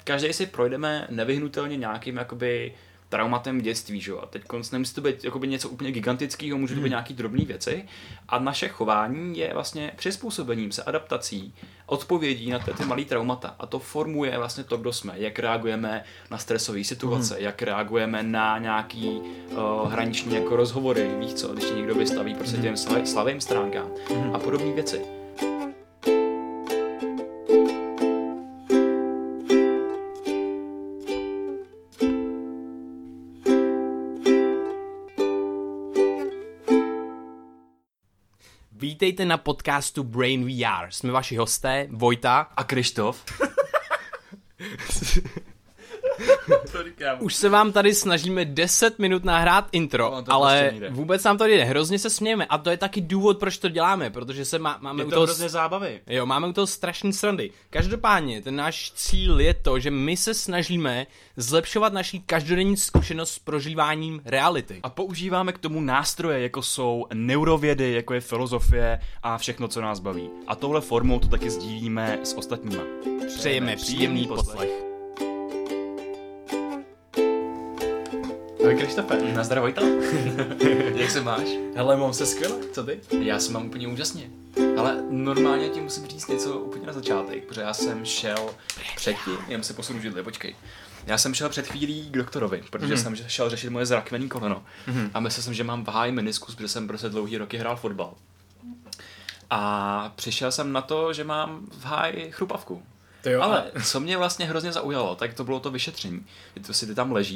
každý si projdeme nevyhnutelně nějakým jakoby traumatem v dětství, že jo? A teď nemusí to být jakoby něco úplně gigantického, může to být nějaký drobný věci a naše chování je vlastně přizpůsobením se, adaptací, odpovědí na ty malý traumata a to formuje vlastně to, kdo jsme, jak reagujeme na stresové situace, jak reagujeme na nějaký hraniční jako rozhovory, víš co, když tě někdo vystaví prostě těm slabým stránkám a podobné věci. Vítejte na podcastu Brain VR. Jsme vaši hosté, Vojta a Krištof. Už se vám tady snažíme 10 minut nahrát intro, ale vůbec nám to jde. Hrozně se smějeme a to je taky důvod, proč to děláme, protože máme u toho hrozně zábavy. Jo, máme u toho strašný srandy. Každopádně, ten náš cíl je to, že my se snažíme zlepšovat naší každodenní zkušenost s prožíváním reality. A používáme k tomu nástroje, jako jsou neurovědy, jako je filozofie a všechno, co nás baví. A touhle formou to taky sdílíme s ostatníma. Přejeme příjemný poslech. Ahoj Krištofe. Nazdar Vojta. Jak se máš? Hele, mám se skvěle, co ty? Já se mám úplně úžasně. Ale normálně ti musím říct něco úplně na začátek, protože já jsem šel předtím, jenom se posunu židli, počkej. Já jsem šel před chvílí k doktorovi, protože jsem šel řešit moje zrakvený koleno. A myslel jsem, že mám v háji meniskus, protože jsem prostě dlouhý roky hrál fotbal. A přišel jsem na to, že mám v háji chrupavku. Ale co mě vlastně hrozně zaujalo, tak to bylo to vyšetření. Ty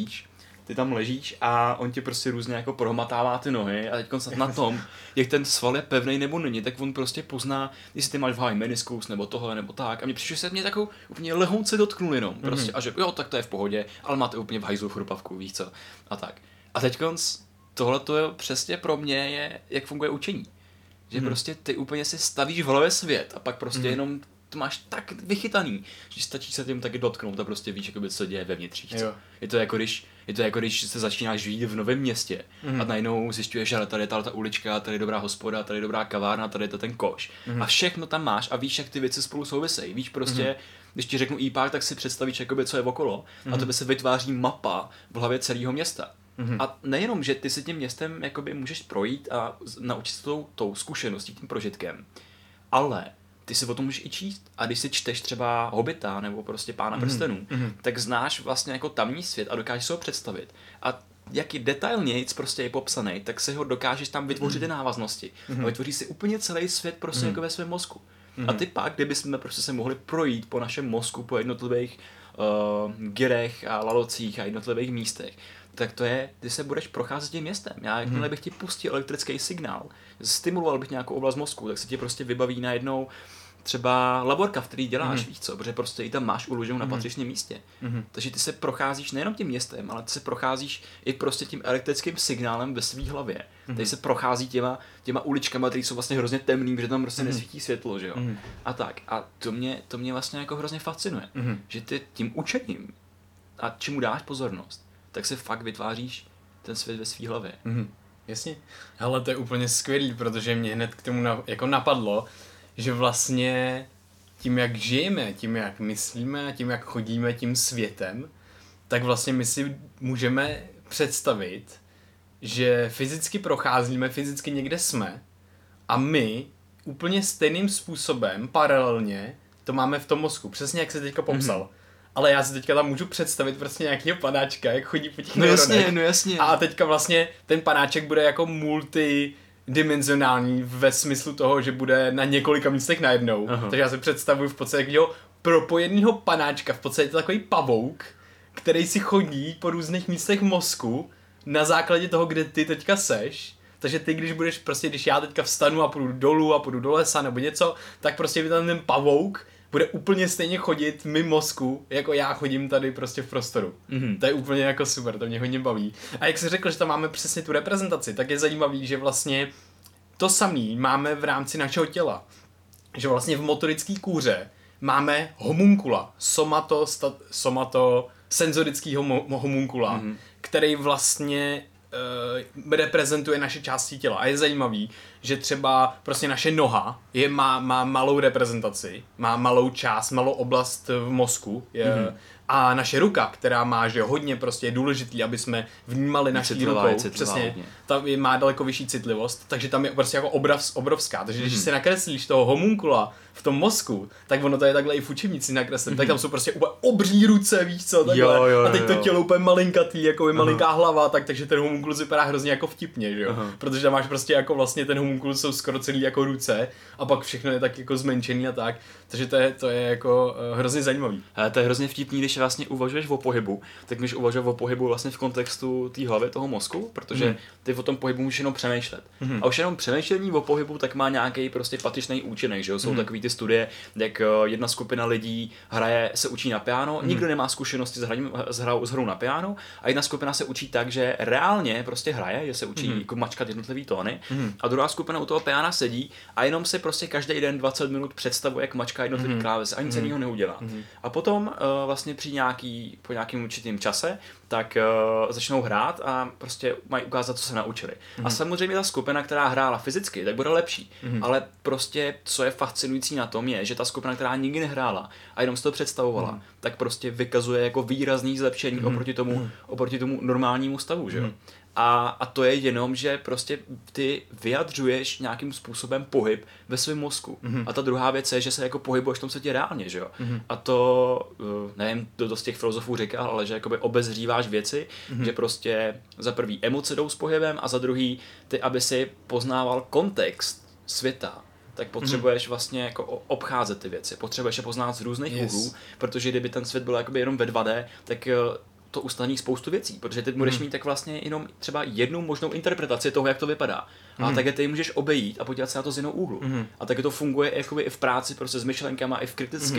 tam ležíš a on ti prostě různě jako prohmatává ty nohy a teď na tom, jak ten sval je pevnej nebo není, tak on prostě pozná, jestli ty máš v háji meniskus nebo tohle nebo tak. A mě přišlo, že se mě takovou úplně lehonce dotknul jenom prostě a že jo, tak to je v pohodě, ale máte úplně v hajzlu chrupavku, víš co, a tak. A teď tohle to je přesně pro mě je, jak funguje učení. Že prostě ty úplně si stavíš v hlavě svět a pak prostě jenom to máš tak vychytaný, že stačí se tím taky dotknout a prostě víš, jakoby, co děje vevnitř. Je to jako když se začínáš žít v novém městě a najednou zjišťuješ, že tady je ta ulička, tady je dobrá hospoda, tady je dobrá kavárna, tady je to ten koš. A všechno tam máš a víš, jak ty věci spolu souvisejí. Víš prostě, když ti řeknu e-park, tak si představíš, jakoby, co je okolo a to by se vytváří mapa v hlavě celého města. A nejenom, že ty si tím městem jakoby můžeš projít a naučit se tou zkušeností, tím prožitkem, ale ty si o tom můžeš i číst. A když si čteš třeba Hobita nebo prostě Pána prstenů, tak znáš vlastně jako tamní svět a dokážeš se ho představit. A jaký detailnějc prostě je popsaný, tak si ho dokážeš tam vytvořit ty návaznosti. A vytvoří si úplně celý svět prostě jako ve svém mozku. A ty pak, kdybychom prostě se mohli projít po našem mozku, po jednotlivých girech a lalocích a jednotlivých místech, tak to je, ty se budeš procházet tím městem. Jakmile bych ti pustil elektrický signál, stimuloval bych nějakou oblast mozku, tak se ti prostě vybaví najednou třeba laborka, v který děláš, víš co, protože prostě i tam máš uloženou na patřičném místě. Takže ty se procházíš nejenom tím městem, ale ty se procházíš i prostě tím elektrickým signálem ve svý hlavě. Tady se prochází těma uličkama, které jsou vlastně hrozně temný, protože tam prostě nesvítí světlo, že jo. A tak. A to mě vlastně jako hrozně fascinuje, že ty tím učením a čemu dáš pozornost, tak se fakt vytváříš ten svět ve svý hlavě. Jasně. Hele, to je úplně skvělý, protože mě hned k tomu jako napadlo, že vlastně tím, jak žijeme, tím, jak myslíme a tím, jak chodíme tím světem, tak vlastně my si můžeme představit, že fyzicky procházíme, fyzicky někde jsme a my úplně stejným způsobem, paralelně, to máme v tom mozku. Přesně jak jsi teďka popsal. Ale já si teďka tam můžu představit prostě nějakého panáčka, jak chodí po těch neuronech. No jasně. A teďka vlastně ten panáček bude jako multidimenzionální ve smyslu toho, že bude na několika místech najednou. Takže já si představuju v podstatě takového propojenýho panáčka, v podstatě takový pavouk, který si chodí po různých místech mozku na základě toho, kde ty teďka seš. Takže ty, když já teďka vstanu a půjdu dolů a půjdu do lesa nebo něco, tak prostě ten pavouk bude úplně stejně chodit v mým mozku, jako já chodím tady prostě v prostoru. To je úplně jako super, to mě hodně baví. A jak jsi řekl, že tam máme přesně tu reprezentaci, tak je zajímavý, že vlastně to samý máme v rámci našeho těla. Že vlastně v motorické kůře máme homunkula, somatosenzorického homunkula, který vlastně reprezentuje naše části těla. A je zajímavý, že třeba prostě naše noha má malou reprezentaci, má malou část, malou oblast v mozku, A naše ruka, která má, že hodně prostě je důležitý, aby jsme vnímali naší rukou, přesně, ta má daleko vyšší citlivost, takže tam je prostě jako obrovská. Takže když si nakreslíš toho homunkula v tom mozku, tak ono to je takhle i v učebnici nakreslené, tak tam jsou prostě úplně obří ruce, víš co, takhle. A teď to tělo úplně malinkatý, jako je malinká hlava, takže ten homunkulus vypadá hrozně jako vtipně, že jo. Protože tam máš prostě jako vlastně ten homunkulus jsou skoro celý jako ruce a pak všechno je tak jako zmenšený a tak. Takže to je jako hrozně zajímavý. Ale to je hrozně vtipný, když vlastně uvažuješ o pohybu, tak můžeš uvažovat o pohybu vlastně v kontextu té hlavy, toho mozku, protože ty o tom pohybu můžeš jenom přemýšlet. A už jenom přemýšlení o pohybu tak má nějaký prostě patřičný účinek, že jo? Jsou takový ty studie, jak jedna skupina lidí se učí na piano, nikdo nemá zkušenosti s hrou na piano a jedna skupina se učí tak, že reálně prostě hraje, že se učí jako mačkat jednotlivý tóny a druhá skupina u toho piana sedí a jenom si prostě každý den 20 minut představuje, jak mačká jednotlivý klávesy a nic jiného neudělá. A potom vlastně po nějakým určitým čase, tak začnou hrát a prostě mají ukázat, co se naučili. A samozřejmě ta skupina, která hrála fyzicky, tak bude lepší. Ale prostě, co je fascinující na tom je, že ta skupina, která nikdy nehrála a jenom si to představovala, tak prostě vykazuje jako výrazný zlepšení oproti tomu normálnímu stavu, že jo? A to je jenom, že prostě ty vyjadřuješ nějakým způsobem pohyb ve svém mozku. A ta druhá věc je, že se jako pohybuješ v tom světě reálně, že jo. A to, nevím, to z těch filozofů říkal, ale že jakoby obezříváš věci, že prostě za prvý emoce jdou s pohybem a za druhý ty, aby si poznával kontext světa, tak potřebuješ vlastně jako obcházet ty věci. Potřebuješ je poznat z různých úhlů, protože kdyby ten svět byl jakoby jenom ve 2D, tak to usnadní spoustu věcí, protože ty budeš mít tak vlastně jenom třeba jednu možnou interpretaci toho, jak to vypadá. A také ty můžeš obejít a podívat se na to z jiného úhlu. A také to funguje jakoby i v práci prostě s myšlenkama, i v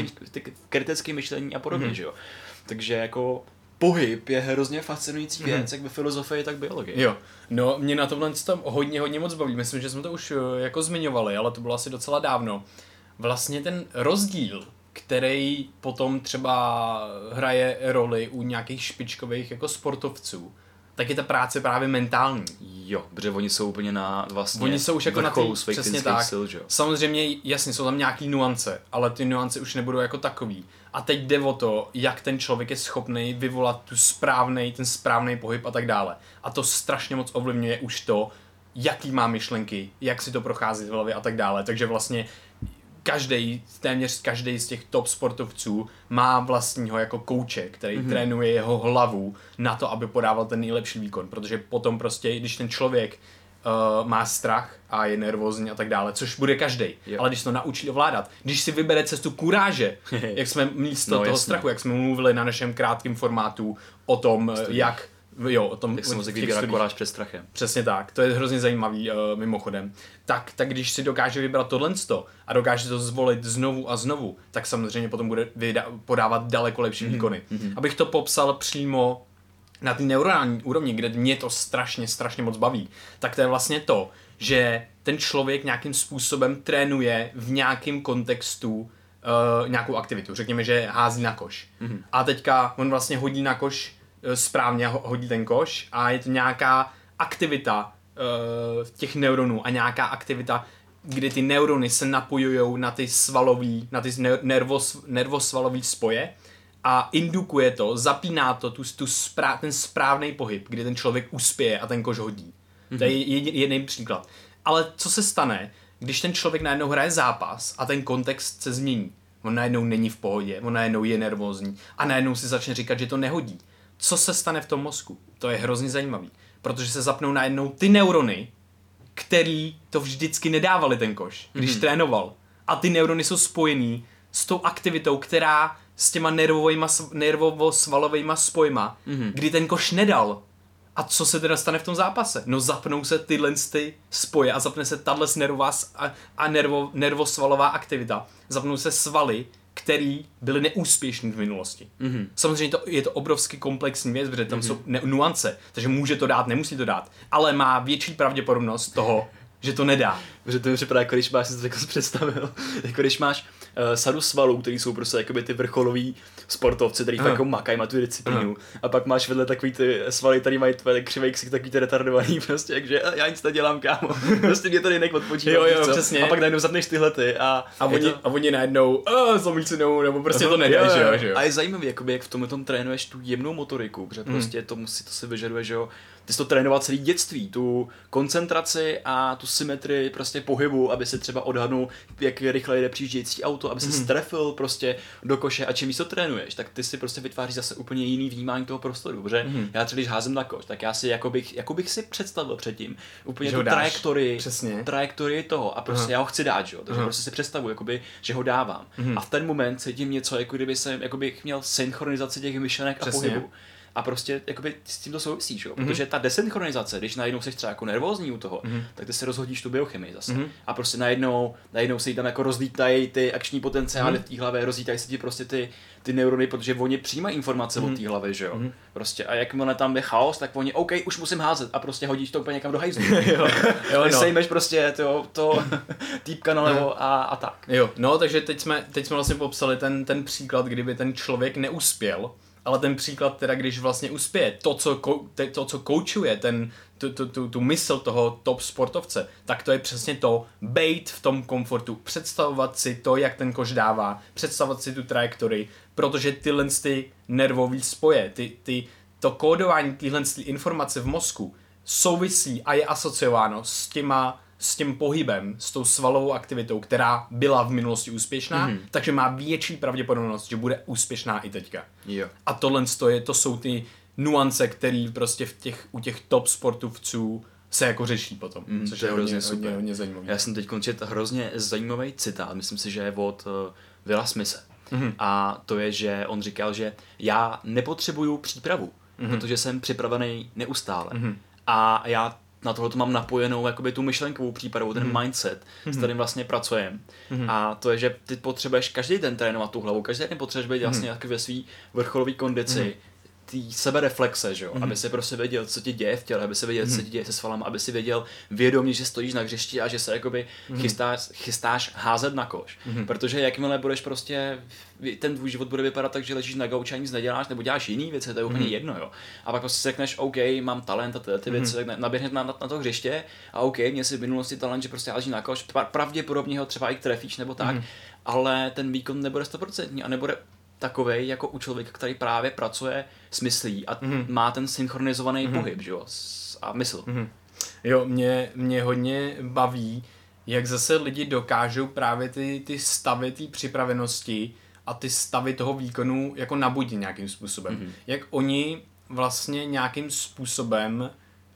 kritickém myšlení a podobně, že jo. Takže jako pohyb je hrozně fascinující věc, jak ve filozofii, tak biologii. Jo, no mě na tomhle hodně moc baví. Myslím, že jsme to už jako zmiňovali, ale to bylo asi docela dávno. Vlastně ten rozdíl, který potom třeba hraje roli u nějakých špičkových jako sportovců, tak je ta práce právě mentální. Jo, protože oni jsou úplně na vlastně oni jsou už jako na přesně tak. Sil, že? Samozřejmě, jasně, jsou tam nějaký nuance, ale ty nuance už nebudou jako takový. A teď jde o to, jak ten člověk je schopný vyvolat ten správný pohyb a tak dále. A to strašně moc ovlivňuje už to, jaký má myšlenky, jak si to prochází v hlavě a tak dále. Takže vlastně téměř každý z těch top sportovců má vlastního jako kouče, který trénuje jeho hlavu na to, aby podával ten nejlepší výkon, protože potom prostě, když ten člověk má strach a je nervózní a tak dále, což bude každý, ale když to naučí ovládat, když si vybere cestu kuráže, jak jsme místo toho strachu, jak jsme mluvili na našem krátkém formátu o tom, jak se mozek vybírá koráž před strachem. Přesně tak, to je hrozně zajímavý mimochodem. Tak když si dokáže vybrat tohleto a dokáže to zvolit znovu a znovu, tak samozřejmě potom bude podávat daleko lepší výkony. Abych to popsal přímo na té neuronální úrovni, kde mě to strašně moc baví, tak to je vlastně to, že ten člověk nějakým způsobem trénuje v nějakém kontextu nějakou aktivitu. Řekněme, že hází na koš. A teďka on vlastně hodí na koš správně, hodí ten koš a je to nějaká aktivita těch neuronů a nějaká aktivita, kdy ty neurony se napojují na ty svalový, na ty nervosvalový spoje a indukuje to, zapíná to ten správný pohyb, kdy ten člověk uspěje a ten koš hodí. To je jedný příklad. Ale co se stane, když ten člověk najednou hraje zápas a ten kontext se změní? On najednou není v pohodě, on najednou je nervózní a najednou si začne říkat, že to nehodí. Co se stane v tom mozku? To je hrozně zajímavý, protože se zapnou najednou ty neurony, který to vždycky nedávali ten koš, když trénoval. A ty neurony jsou spojený s tou aktivitou, která s těma nervovo-svalovejma spojma, kdy ten koš nedal. A co se teda stane v tom zápase? No zapnou se tyhle spoje a zapne se tahle nervosvalová aktivita. Zapnou se svaly, který byly neúspěšný v minulosti. Samozřejmě je to obrovsky komplexní věc, protože tam jsou nuance, takže může to dát, nemusí to dát, ale má větší pravděpodobnost toho, že to nedá. Protože to mi připadá, jako když máš, si to jako představil, jako když máš sadu svalů, který jsou prostě jakoby ty vrcholoví sportovci, který fakt jako makají na tu disciplínu. A pak máš vedle takový ty svaly, který mají tvoje křivej ksik, takový ty retardovaný prostě, takže já nic nedělám, kámo. Prostě mě tady nech odpočívat. Jo, přesně. A pak najednou zapneš tyhle ty a oni najednou zlomí si nohu, nebo prostě to nedáš, jo. A je zajímavý, jakoby, jak v tom trénuješ tu jemnou motoriku, protože prostě to si vyžaduje, že jo. Ty jsi to trénoval celý dětství, tu koncentraci a tu symetrii prostě pohybu, aby se třeba odhadnul, jak rychle jde přijíždějící auto, aby se strefil prostě do koše a čím víc to trénuješ, tak ty si prostě vytváříš zase úplně jiný vnímání toho prostoru, protože já třeba když házím na koš, tak já si jako bych si představil předtím úplně tu trajektorii toho a prostě já ho chci dát, jo, takže prostě si představuji, jakoby, že ho dávám. A v ten moment cítím něco, jako kdyby jsem bych měl synchronizaci těch myšlenek a pohybu. A prostě jakoby s tím to souvisí, jo? Protože ta desynchronizace, když najednou seš třeba jako nervózní u toho, tak ty si rozhodíš tu biochemii zase. A prostě najednou se jí tam jako rozlítají ty akční potenciály v té hlavě, rozlítají se ti prostě ty neurony, protože oni přijímají informace od té hlavy, že jo. Prostě a jakmile tam je chaos, tak oni OK, už musím házet a prostě hodíš to úplně někam do hajzlu. Sejmeš prostě to týpka nalevo a tak. Jo, no takže teď jsme vlastně popsali ten příklad, kdyby ten člověk neuspěl. Ale ten příklad teda, když vlastně uspěje, to, co koučuje tu mysl toho top sportovce, tak to je přesně to, bejt v tom komfortu, představovat si to, jak ten koš dává, představovat si tu trajektorii, protože tyhle ty nervové spoje, to kódování tyhle informace v mozku souvisí a je asociováno s tím pohybem, s tou svalovou aktivitou, která byla v minulosti úspěšná, takže má větší pravděpodobnost, že bude úspěšná i teďka. Jo. A to jsou ty nuance, které prostě u těch top sportovců se jako řeší potom, což je hodně zajímavé. Já jsem teď četl hrozně zajímavý citát, myslím si, že je od Willa Smithe. A to je, že on říkal, že já nepotřebuju přípravu, protože jsem připravený neustále. A já na tohle mám napojenou jakoby tu myšlenkovou přípravu, ten mindset, s kterým vlastně pracujeme. A to je, že ty potřebuješ každý den trénovat tu hlavu, každý den potřebuješ být vlastně ve svý vrcholové kondici, tý sebereflexe, že jo, aby si prostě věděl, co ti děje v těle, aby si věděl, co ti děje se svalama, aby si věděl vědomě, že stojíš na hřišti a že se jakoby chystáš házet na koš. Protože jakmile budeš prostě, ten tvůj život bude vypadat tak, že ležíš na gauči a nic neděláš, nebo děláš jiný věci, to je úplně jedno, jo. A pak prostě si řekneš, OK, mám talent a ty věci, tak naběhneš na to hřiště a OK, mě si v minulosti talent, že prostě ležíš na koš, pravděpodobně ho třeba i trefíš nebo tak, ale ten výkon nebude 100% a nebude takovej jako u člověka, který právě pracuje s myslí a má ten synchronizovaný pohyb, že jo, a mysl. Jo, mě hodně baví, jak zase lidi dokážou právě ty stavy té připravenosti a ty stavy toho výkonu jako nabudit nějakým způsobem. Jak oni vlastně nějakým způsobem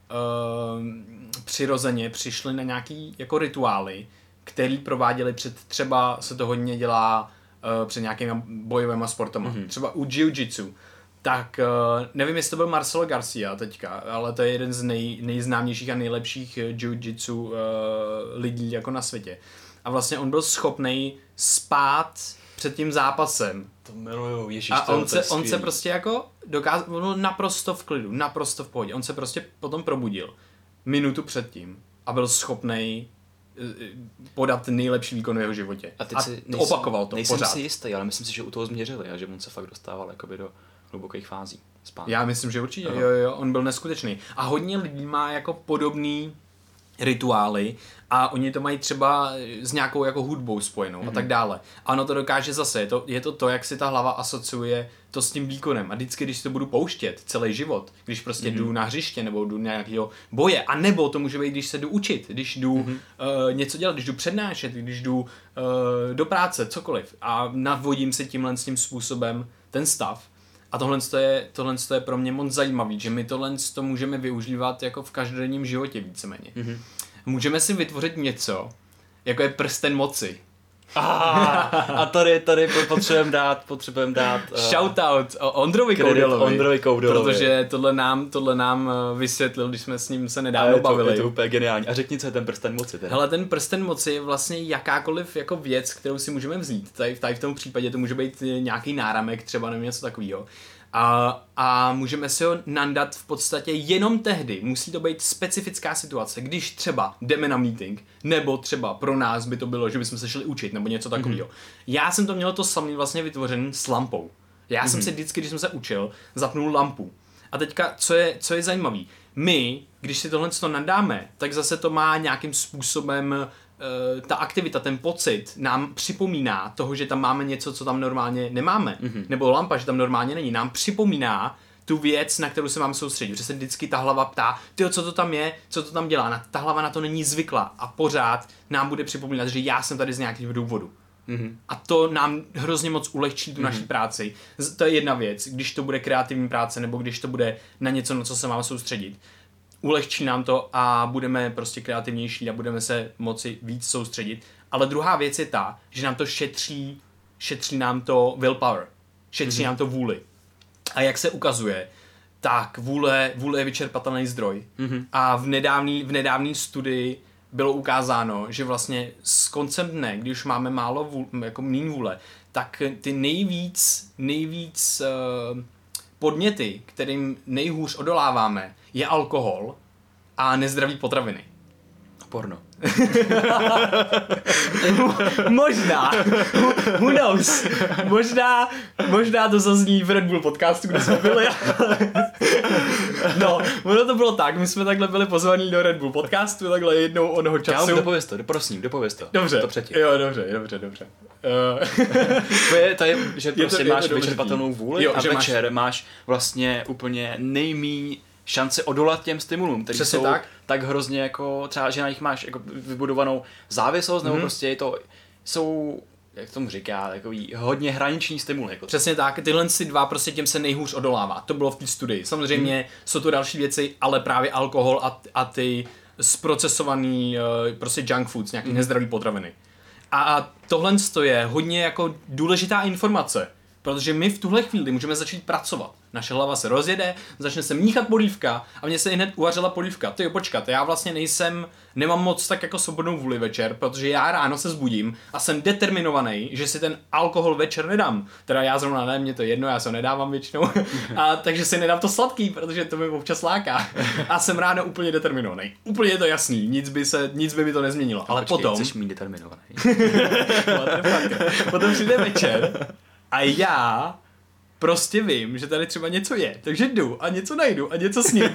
přirozeně přišli na nějaký jako rituály, který prováděli třeba se to hodně dělá před nějakými bojovými sportama. Třeba u jiu-jitsu. Tak nevím, jestli to byl Marcelo Garcia teďka, ale to je jeden z nejznámějších a nejlepších jiu-jitsu lidí jako na světě. A vlastně on byl schopnej spát před tím zápasem. To miluju, ježiš, a on se prostě jako dokázal, on byl naprosto v klidu, naprosto v pohodě. On se prostě potom probudil minutu předtím a byl schopnej podat nejlepší výkon v jeho životě. A opakoval to nejsem pořád. si jistý, ale myslím si, že u toho změřili a že on se fakt dostával jakoby do hlubokých fází spánku. Já myslím, že určitě, jo, on byl neskutečný. A hodně lidí má jako podobný rituály a oni to mají třeba s nějakou jako hudbou spojenou a tak dále. A ono to dokáže zase, je to, jak si ta hlava asociuje to s tím výkonem. A vždycky, když to budu pouštět celý život, když prostě jdu na hřiště nebo jdu nějakého boje, a nebo to může být, když se jdu učit, když jdu něco dělat, když jdu přednášet, když jdu do práce, cokoliv. A navodím si tímhle s tím způsobem ten stav. A tohle je pro mě moc zajímavý, že my tohle můžeme využívat jako v každodenním životě víceméně. Můžeme si vytvořit něco, jako je prsten moci. A tady potřebujeme dát shoutout Ondrovi Koudelovi, protože tohle nám vysvětlil, když jsme s ním se nedávno bavili. Je to úplně geniální. A řekni, co je ten prsten moci. Hele, ten prsten moci je vlastně jakákoliv jako věc, kterou si můžeme vzít. Tady v tom případě to může být nějaký náramek, třeba nebo něco takového. A můžeme si ho nandat v podstatě jenom tehdy. Musí to být specifická situace, když třeba jdeme na meeting, nebo třeba pro nás by to bylo, že bychom se šli učit, nebo něco takového. Já jsem to měl to samý vlastně vytvořen s lampou. Já jsem si vždycky, když jsem se učil, zapnul lampu. A teďka, co je zajímavý, my, když si tohle nadáme, tak zase to má nějakým způsobem, ta aktivita, ten pocit nám připomíná toho, že tam máme něco, co tam normálně nemáme. Nebo lampa, že tam normálně není. Nám připomíná tu věc, na kterou se mám soustředit. Protože se vždycky ta hlava ptá, tyjo, co to tam je, co to tam dělá. Ta hlava na to není zvyklá a pořád nám bude připomínat, že já jsem tady z nějakého důvodu. A to nám hrozně moc ulehčí tu naší práci. To je jedna věc, když to bude kreativní práce, nebo když to bude na něco, na co se máme soustředit. Ulehčí nám to a budeme prostě kreativnější a budeme se moci víc soustředit. Ale druhá věc je ta, že nám to šetří nám to willpower. Šetří nám to vůli. A jak se ukazuje, tak vůle je vyčerpatelný zdroj. A v nedávné studii bylo ukázáno, že vlastně s koncem dne, když máme málo míň vůle, tak ty nejvíc podněty, kterým nejhůř odoláváme, je alkohol a nezdraví potraviny. Porno. Možná. Who knows? Možná to zazní v Red Bull podcastu, kde jsme byli. No, ono to bylo tak, my jsme takhle byli pozvaní do Red Bull podcastu, takhle jednou onoho času. Dopověz to, prosím, dopověz to. Dobře, to předtím. Jo, dobře. To je, že prostě máš vyčerpatelnou vůli a večer máš vlastně úplně nejmíň šance odolat těm stimulům, které jsou tak hrozně jako, třeba, že na nich máš jako vybudovanou závislost, nebo prostě jsou, jak tomu říká, takový hodně hraniční stimuly. Jako přesně tak, tyhle dva prostě těm se nejhůř odolává, to bylo v té studii. Samozřejmě jsou to další věci, ale právě alkohol a ty zprocesovaný prostě junk foods, nějaký nezdravý potraviny. A tohle je hodně jako důležitá informace, protože my v tuhle chvíli můžeme začít pracovat. Naše hlava se rozjede, začne se míchat polívka a mně se hned uvařila polívka. Tyjo, počkat, já vlastně nemám moc tak jako svobodnou vůli večer, protože já ráno se zbudím a jsem determinovaný, že si ten alkohol večer nedám. Teda já zrovna ne, mě to jedno, já se ho nedávám většinou. A takže si nedám to sladký, protože to mi občas láká. A jsem ráno úplně determinovaný. Úplně je to jasný, nic by mi to nezměnilo. Ale potom jsi mít determinovaný. Potom přijde večer a já prostě vím, že tady třeba něco je, takže jdu a něco najdu a něco sním.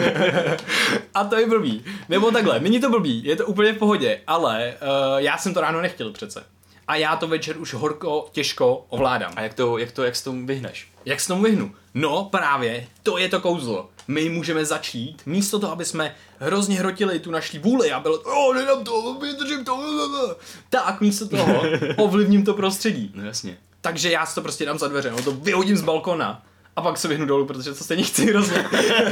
A to je blbý. Nebo takhle, není to blbý, je to úplně v pohodě, ale já jsem to ráno nechtěl přece. A já to večer už těžko ovládám. A jak s tomu vyhneš? Jak s tomu vyhnu? No právě, to je to kouzlo. My můžeme začít, místo toho, aby jsme hrozně hrotili tu naší vůli a bylo, nedám to, vydržím to, tak místo toho ovlivním to prostředí. No jasně. Takže já si to prostě dám za dveře, no to vyhodím z balkona a pak se vyhnu dolů, protože to stejně chci hrozně.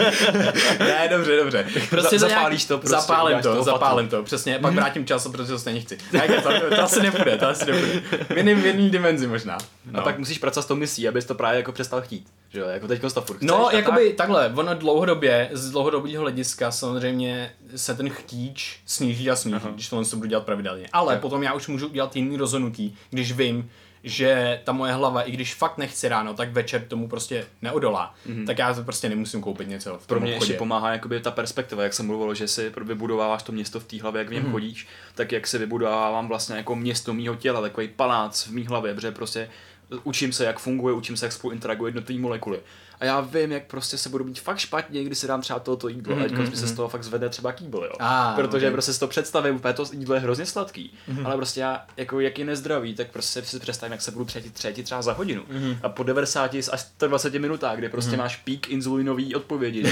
Ne, dobře. Prostě zapálíš to prostě. Zapálím to, přesně, pak vrátím čas, protože to stejně chci. To asi nepůjde. V jedný dimenzi možná. No. A pak musíš pracovat s tou misí, abys to právě jako přestal chtít. Že jo, jako teďko to furt chceš. No, jakoby takhle, ono dlouhodobě, z dlouhodobého hlediska samozřejmě se ten chtíč sníží, když tohle budu dělat pravidelně. Ale potom já už můžu udělat jiný rozhodnutí, když vím, že ta moje hlava, i když fakt nechci ráno, tak večer tomu prostě neodolá. Tak já to prostě nemusím koupit něco v tom Pro mě obchodě. ještě pomáhá jakoby ta perspektiva, jak jsem mluvil, že si vybudováváš to město v té hlavě, jak v něm chodíš, tak jak si vybudovávám vlastně jako město mýho těla, takový palác v mý hlavě, protože prostě učím se, jak funguje, učím se, jak spolu interagují jednotlivé molekuly. A já vím, jak prostě se budu mít fakt špatně, když si dám třeba tohoto jídlo, a teďka mi se z toho fakt zvede třeba kýbl, jo. Protože prostě si to představím, úplně to jídlo je hrozně sladký, ale prostě já, jako jak je nezdravý, tak prostě si představím, jak se budu třetit třeba za hodinu. A po 90 až 120 minutách, kde prostě máš pík inzulinový odpovědi,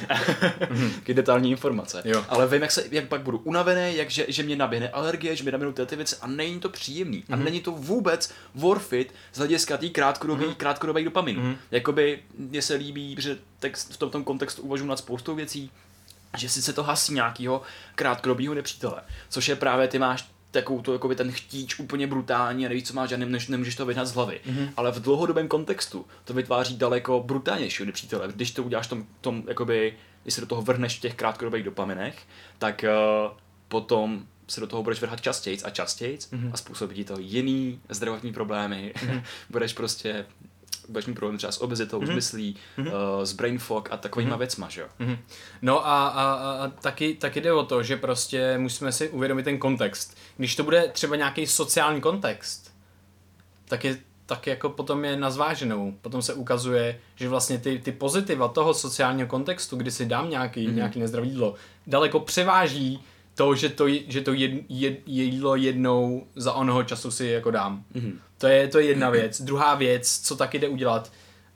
taky detailní informace. Jo. Ale vím, jak pak budu unavený, že mě naběhne alergie, že mě naběhnou ty věci a není to příjemný. A není to vůbec worth it z hlediska té krátkodobé dopaminu. Jakoby mně se líbí, že v tom kontextu uvažuji nad spoustou věcí, že sice to hasí nějakého krátkodobého nepřítele, což je právě ty máš takovou to, jakoby ten chtíč úplně brutální a nevíš, co máš a nemůžeš to vyhnat z hlavy. Ale v dlouhodobém kontextu to vytváří daleko brutálnějšího nepřítele. Když to uděláš tom jakoby, když se do toho vrhneš v těch krátkodobých dopaminech, tak potom se do toho budeš vrhat častějc a způsobí ti to jiný zdravotní problémy. Budeš prostě vážný problém třeba s obezitou, s myslí, s brain fog a takovýma věcma, že jo. No a taky jde o to, že prostě musíme si uvědomit ten kontext. Když to bude třeba nějaký sociální kontext, tak jako potom je na zváženou. Potom se ukazuje, že vlastně ty pozitiva toho sociálního kontextu, kdy si dám nějaký nezdravý jídlo, daleko převáží to, že to jídlo jednou za onoho času si jako dám. To je jedna věc. Druhá věc, co taky jde udělat,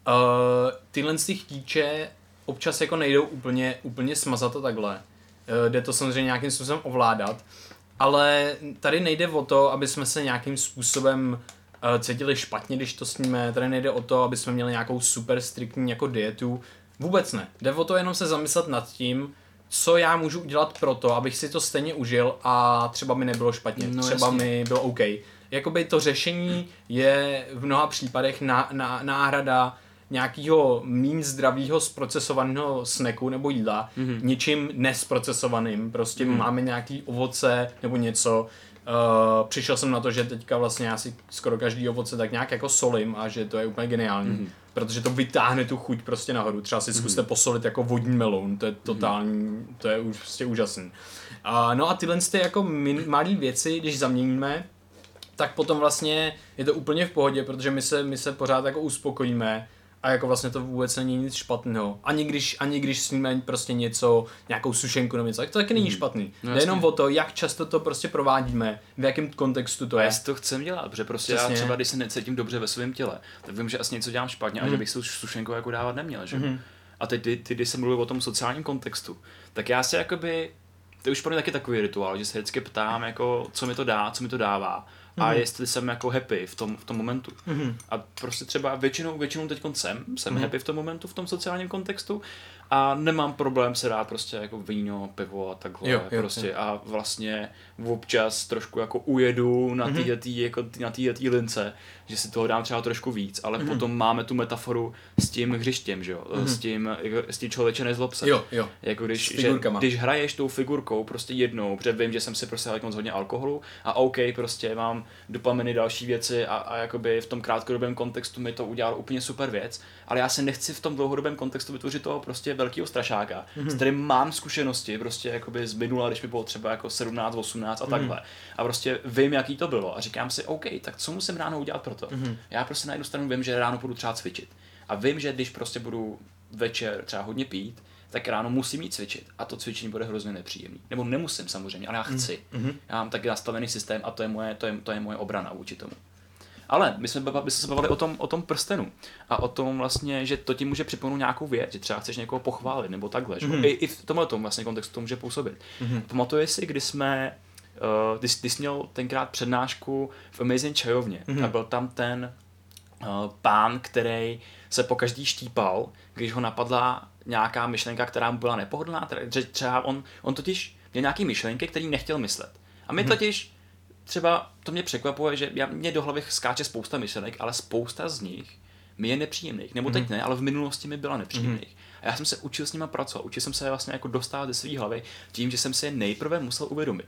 tyhle z těch chtíče občas jako nejdou úplně smazat a takhle. Jde to samozřejmě nějakým způsobem ovládat, ale tady nejde o to, aby jsme se nějakým způsobem cítili špatně, když to sníme. Tady nejde o to, aby jsme měli nějakou super striktní jako dietu. Vůbec ne. Jde o to jenom se zamyslet nad tím, co já můžu udělat pro to, abych si to stejně užil a třeba mi nebylo špatně, třeba mi bylo OK. Jakoby to řešení je v mnoha případech náhrada nějakého méně zdravého zprocesovaného snacku nebo jídla něčím nesprocesovaným. Prostě máme nějaký ovoce nebo něco. Přišel jsem na to, že teďka vlastně já si skoro každý ovoce tak nějak jako solím a že to je úplně geniální. Protože to vytáhne tu chuť prostě nahoru. Třeba si zkuste posolit jako vodní meloun, to je totální, to je už prostě úžasný. No a tyhle jako malé věci, když zaměníme, tak potom vlastně je to úplně v pohodě, protože my se pořád jako uspokojíme a jako vlastně to vůbec není nic špatného. Ani když sníme prostě něco, nějakou sušenku nebo něco, tak to taky není špatný. Jde jenom o to, jak často to prostě provádíme, v jakém kontextu to je. Já si to chcem dělat, protože prostě já třeba, když se necítím dobře ve svém těle, tak vím, že asi něco dělám špatně a že bych si sušenku jako dávat neměl, že? A teď, když jsem mluvil o tom sociálním kontextu, tak já si jakoby, to je už pro mě taky takový rituál, že se vždycky ptám, jako, co mi to dá, co mi to dává. A jestli jsem jako happy v tom momentu. A prostě třeba většinou teďkon jsem happy v tom momentu, v tom sociálním kontextu a nemám problém se dát prostě jako víno, pivo a takhle prostě a vlastně občas trošku jako ujedu na této lince, že si toho dám třeba trošku víc, ale potom máme tu metaforu s tím hřištěm, že jo, s tím člověče nezlob se. Jako když hraješ tou figurkou prostě jednou, protože vím, že jsem si prostě moc hodně alkoholu a OK, prostě mám dopaminy, další věci a jakoby v tom krátkodobém kontextu mi to udělalo úplně super věc, ale já se nechci v tom dlouhodobém kontextu vytvořit toho prostě velkého strašáka, s kterým mám zkušenosti prostě jakoby z minula, když mi bylo třeba jako 17, 18 a takhle. A prostě vím, jaký to bylo a říkám si, OK, tak co musím ráno udělat pro to? Já prostě na jednu stranu vím, že ráno budu třeba cvičit. A vím, že když prostě budu večer třeba hodně pít, tak ráno musím jít cvičit a to cvičení bude hrozně nepříjemný. Nebo nemusím samozřejmě, ale já chci. Já mám taky nastavený systém a to je moje obrana vůči tomu. Ale my jsme se bavili o tom prstenu a o tom vlastně, že to ti může připomenout nějakou věc, že třeba chceš někoho pochválit nebo takhle. Že? I v tomhle vlastně kontextu to může působit. Pamatuješ si, když jsi měl tenkrát přednášku v Amazing čajovně a byl tam ten pán, který se pokaždý štípal, když ho napadla nějaká myšlenka, která mu byla nepohodlná, třeba on totiž měl nějaký myšlenky, který nechtěl myslet. A my totiž třeba to mě překvapuje, že mě do hlavy skáče spousta myšlenek, ale spousta z nich mi je nepříjemných. Nebo teď ne, ale v minulosti mi byla nepříjemných. A já jsem se učil s nima pracovat. Učil jsem se vlastně jako dostat ze své hlavy tím, že jsem si je nejprve musel uvědomit.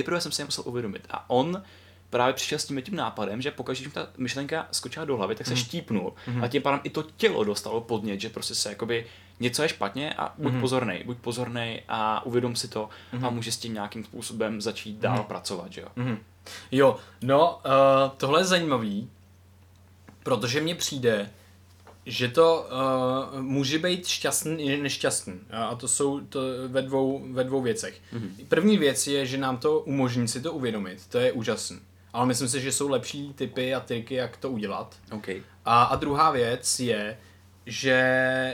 A on právě přišel s tím nápadem, že pokaždé, když ta myšlenka skočila do hlavy, tak se štípnul a tím pádem i to tělo dostalo podnět, že prostě se jakoby něco je špatně a buď pozornej a uvědom si to a může s tím nějakým způsobem začít dál pracovat, že jo? Jo, no, tohle je zajímavý, protože mně přijde, že to může být šťastný i nešťastný. A to jsou to ve dvou věcech. První věc je, že nám to umožní si to uvědomit. To je úžasný. Ale myslím si, že jsou lepší tipy a triky, jak to udělat. Okay. A druhá věc je, že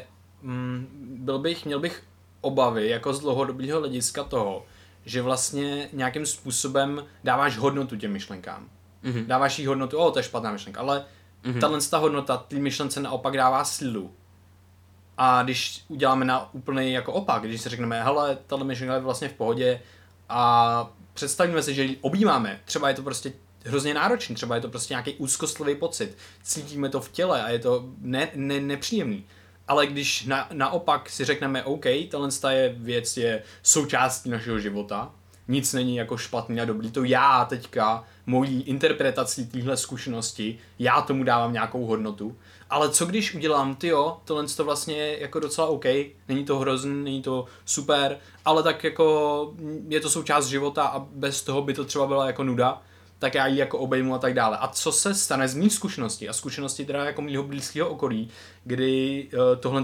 měl bych obavy jako z dlouhodobého hlediska toho, že vlastně nějakým způsobem dáváš hodnotu těm myšlenkám. Dáváš jí hodnotu, to je špatná myšlenka, ale ta hodnota té myšlence naopak dává sílu. A když uděláme na úplný jako opak, když si řekneme, hele, tato myšlenka je vlastně v pohodě a představíme si, že ji objímáme, třeba je to prostě hrozně náročný, třeba je to prostě nějaký úzkostlivý pocit, cítíme to v těle a je to nepříjemný. Ale když naopak si řekneme, OK, tahle věc je součástí našeho života nic není jako špatný a dobrý, to já teďka mojí interpretací téhle zkušenosti, já tomu dávám nějakou hodnotu, ale co když udělám, tohle to vlastně je jako docela OK, není to hrozný, není to super, ale tak jako je to součást života a bez toho by to třeba byla jako nuda, tak já ji jako obejmu a tak dále. A co se stane z mých zkušeností a zkušeností teda jako mýho blízkého okolí, kdy tohle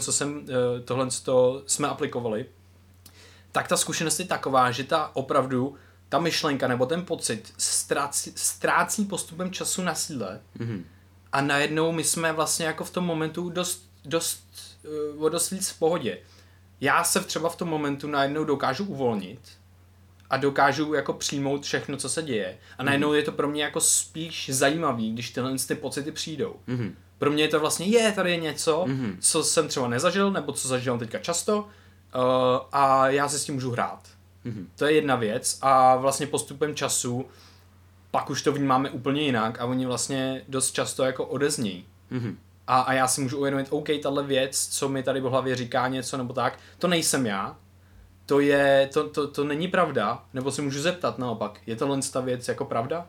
jsme aplikovali, tak ta zkušenost je taková, že ta myšlenka nebo ten pocit ztrácí postupem času na síle a najednou my jsme vlastně jako v tom momentu dost víc v pohodě. Já se třeba v tom momentu najednou dokážu uvolnit a dokážu jako přijmout všechno, co se děje. A najednou je to pro mě jako spíš zajímavý, když ty pocity přijdou. Pro mě je to vlastně, tady je něco, co jsem třeba nezažil, nebo co zažívám teďka často, a já se s tím můžu hrát. To je jedna věc a vlastně postupem času pak už to vnímáme úplně jinak a oni vlastně dost často jako odeznějí. A já si můžu uvědomit, OK, tahle věc, co mi tady v hlavě říká něco nebo tak, to nejsem já, to není pravda, nebo se můžu zeptat naopak, je tohle ta věc jako pravda?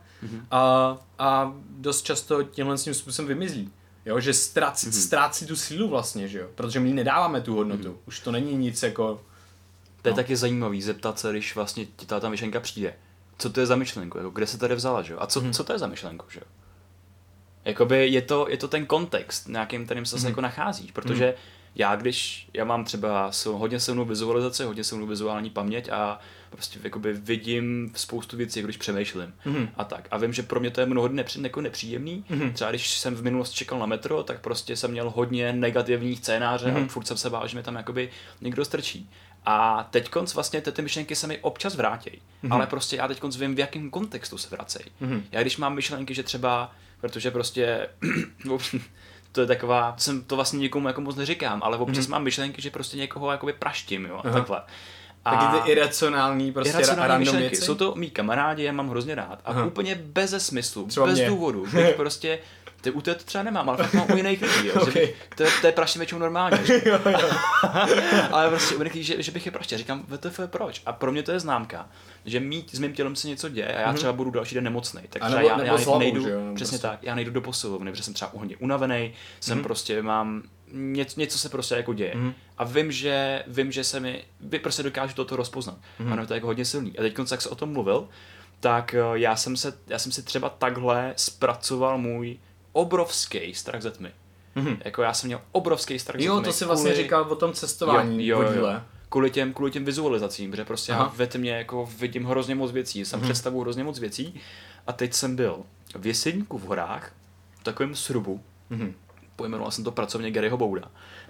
A dost často tímhle s tím způsobem vymizí. Jo, že ztrácí tu sílu vlastně, že jo? Protože my nedáváme tu hodnotu. Už to není nic jako... To je taky zajímavý zeptat se, když vlastně ti ta myšlenka přijde. Co to je za myšlenku? Jako, kde se tady vzala, že jo? A co to je za myšlenku, že jo? Jakoby je to ten kontext, nějakým kterým se jako nacházíš, protože já mám třeba hodně silnou vizualizaci, hodně silnou vizuální paměť a prostě jakoby vidím spoustu věcí, když přemýšlím a tak. A vím, že pro mě to je mnohdy nepříjemný. Třeba když jsem v minulosti čekal na metro, tak prostě jsem měl hodně negativních scénáře a furt jsem se bál, že mi tam jakoby někdo strčí. A teďkonc vlastně ty myšlenky se mi občas vrátějí, ale prostě já teďkonc vím, v jakém kontextu se vracejí. Já když mám myšlenky, že třeba, protože prostě to je taková, to vlastně nikomu jako moc neříkám, ale občas mám myšlenky, že prostě někoho jakoby praštím, jo, a takhle. Taky ty iracionální prostě random věci. Jsou to mý kamarádi, já mám hrozně rád. A úplně beze smyslu, bez důvodu. Bych prostě, u té to třeba nemám, ale fakt mám u jiných lidí. Jo, okay. To je praštím většinou normálně. Ale prostě u jiných lidí, že bych je praštil. Říkám, WTF, proč? A pro mě to je známka, že s mým tělem se něco děje a já třeba budu další den nemocnej. Tak třeba já nejdu, přesně tak, já nejdu do posilovny, protože jsem třeba hodně unavený, jsem prostě mám něco se prostě jako děje. A vím, že se mi prostě dokážu toto rozpoznat. Ano, to je jako hodně silný. A teď, jak se o tom mluvil, tak já jsem si třeba takhle zpracoval můj obrovský strach ze tmy. Jako já jsem měl obrovský strach ze tmy. Jo, to si vlastně říkal o tom cestování. Jo. Kvůli těm vizualizacím, protože prostě já ve tmě jako vidím hrozně moc věcí, jsem představu hrozně moc věcí. A teď jsem byl v Jeseníku v horách, v takovém srubu, pojmenoval jsem to pracovně Garyho Bouda.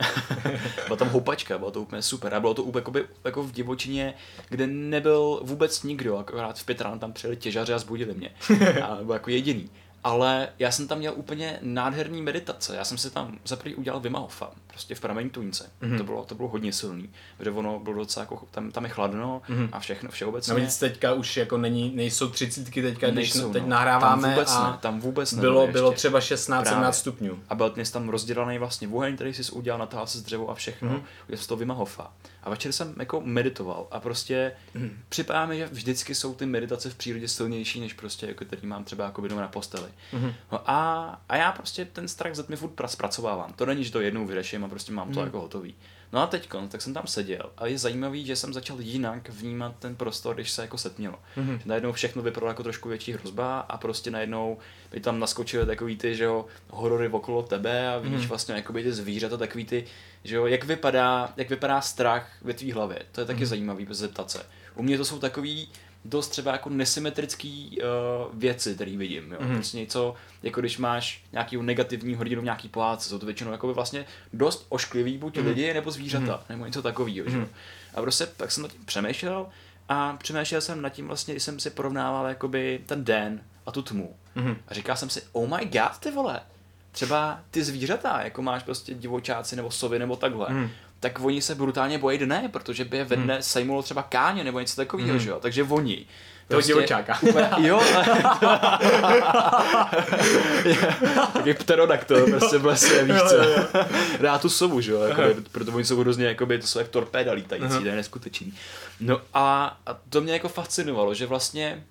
Byla tam houpačka, bylo to úplně super. A bylo to úplně jako v divočině, kde nebyl vůbec nikdo, akorát v 5 ráno tam přijeli těžaři a zbudili mě. A byl jako jediný. Ale já jsem tam měl úplně nádherný meditace. Já jsem si tam zaprvé udělal Wima Hofa, prostě v pramení tůňce. To bylo hodně silný, protože ono bylo docela jako, tam je chladno a všechno, všeobecně. Navíc teďka už jako nejsou 30 teďka, když teď nahráváme tam vůbec ne. Bylo třeba 16-17 stupňů. A byl tam rozdělaný vlastně oheň, který jsi udělal, natáhl se z dřevo a všechno. Udělal jsem to Wima Hofa. A večer jsem jako meditoval a prostě připadá mi, že vždycky jsou ty meditace v přírodě silnější, než prostě jako který mám třeba jako doma na posteli. No a já prostě ten strach ze tmy furt zpracovávám. To není, že to jednou vyřeším a prostě mám to jako hotový. No a teďko, tak jsem tam seděl a je zajímavý, že jsem začal jinak vnímat ten prostor, když se jako setmělo. Že najednou všechno vypadalo jako trošku větší hrozba a prostě najednou by tam naskočily takový ty, že jo, horory okolo tebe a vidíš vlastně jakoby ty zvířata, takový ty, že jo, jak vypadá strach ve tvý hlavě. To je taky zajímavý zeptat se. U mě to jsou takový dost třeba jako nesymetrický věci, který vidím. Jo? Prostě něco, jako když máš nějakého negativního hrdinu v nějaký pohádce, jsou to většinou jako vlastně dost ošklivý buď lidi nebo zvířata, nebo něco takového. A prostě tak jsem nad tím přemýšlel a přemýšlel jsem nad tím vlastně, když jsem si porovnával jakoby ten den a tu tmu. A říkal jsem si, oh my god, ty vole, třeba ty zvířata, jako máš prostě divočáci nebo sovy nebo takhle, tak oni se brutálně bojí dne, protože by je ve dne sejmulo třeba káně nebo něco takového, že jo, takže oni Toho divočáka. Jo. Taky pterodaktyl, prostě v lese, víš co. Dá tu sovu, že jo, proto oni jsou hrozně, jakoby, to jsou jak torpéda lítající, to je neskutečný. No a to mě jako fascinovalo, že vlastně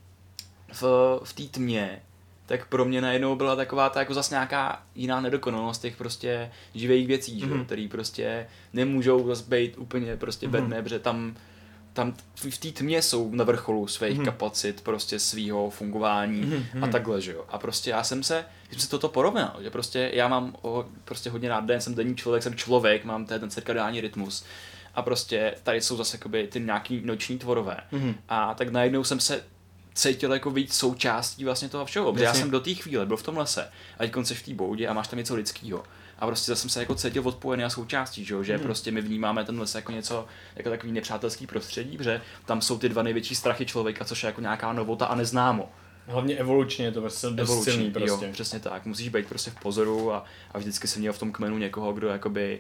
v té tmě, tak pro mě najednou byla taková ta jako zase nějaká jiná nedokonalost těch prostě živých věcí, že? Který prostě nemůžou zase být úplně prostě bedné, protože tam v té tmě jsou na vrcholu svých kapacit, prostě svýho fungování a takhle, že jo. A prostě já jsem se toto porovnal, že prostě já mám prostě hodně rád den, jsem denní člověk, jsem člověk, mám ten cirkadiální rytmus a prostě tady jsou zase jakoby ty nějaký noční tvorové. A tak najednou jsem se cítil jako víc součástí vlastně toho všeho, protože já jsem do té chvíle byl v tom lese a teď jsi v té boudě a máš tam něco lidského. A prostě jsem se jako cítil odpojený a součástí, že prostě my vnímáme ten les jako něco, jako takový nepřátelský prostředí, protože tam jsou ty dva největší strachy člověka, což je jako nějaká novota a neznámo. Hlavně evolučně je to prostě dost silný prostě. Jo, přesně tak, musíš být prostě v pozoru a vždycky si měl v tom kmenu někoho, kdo jakoby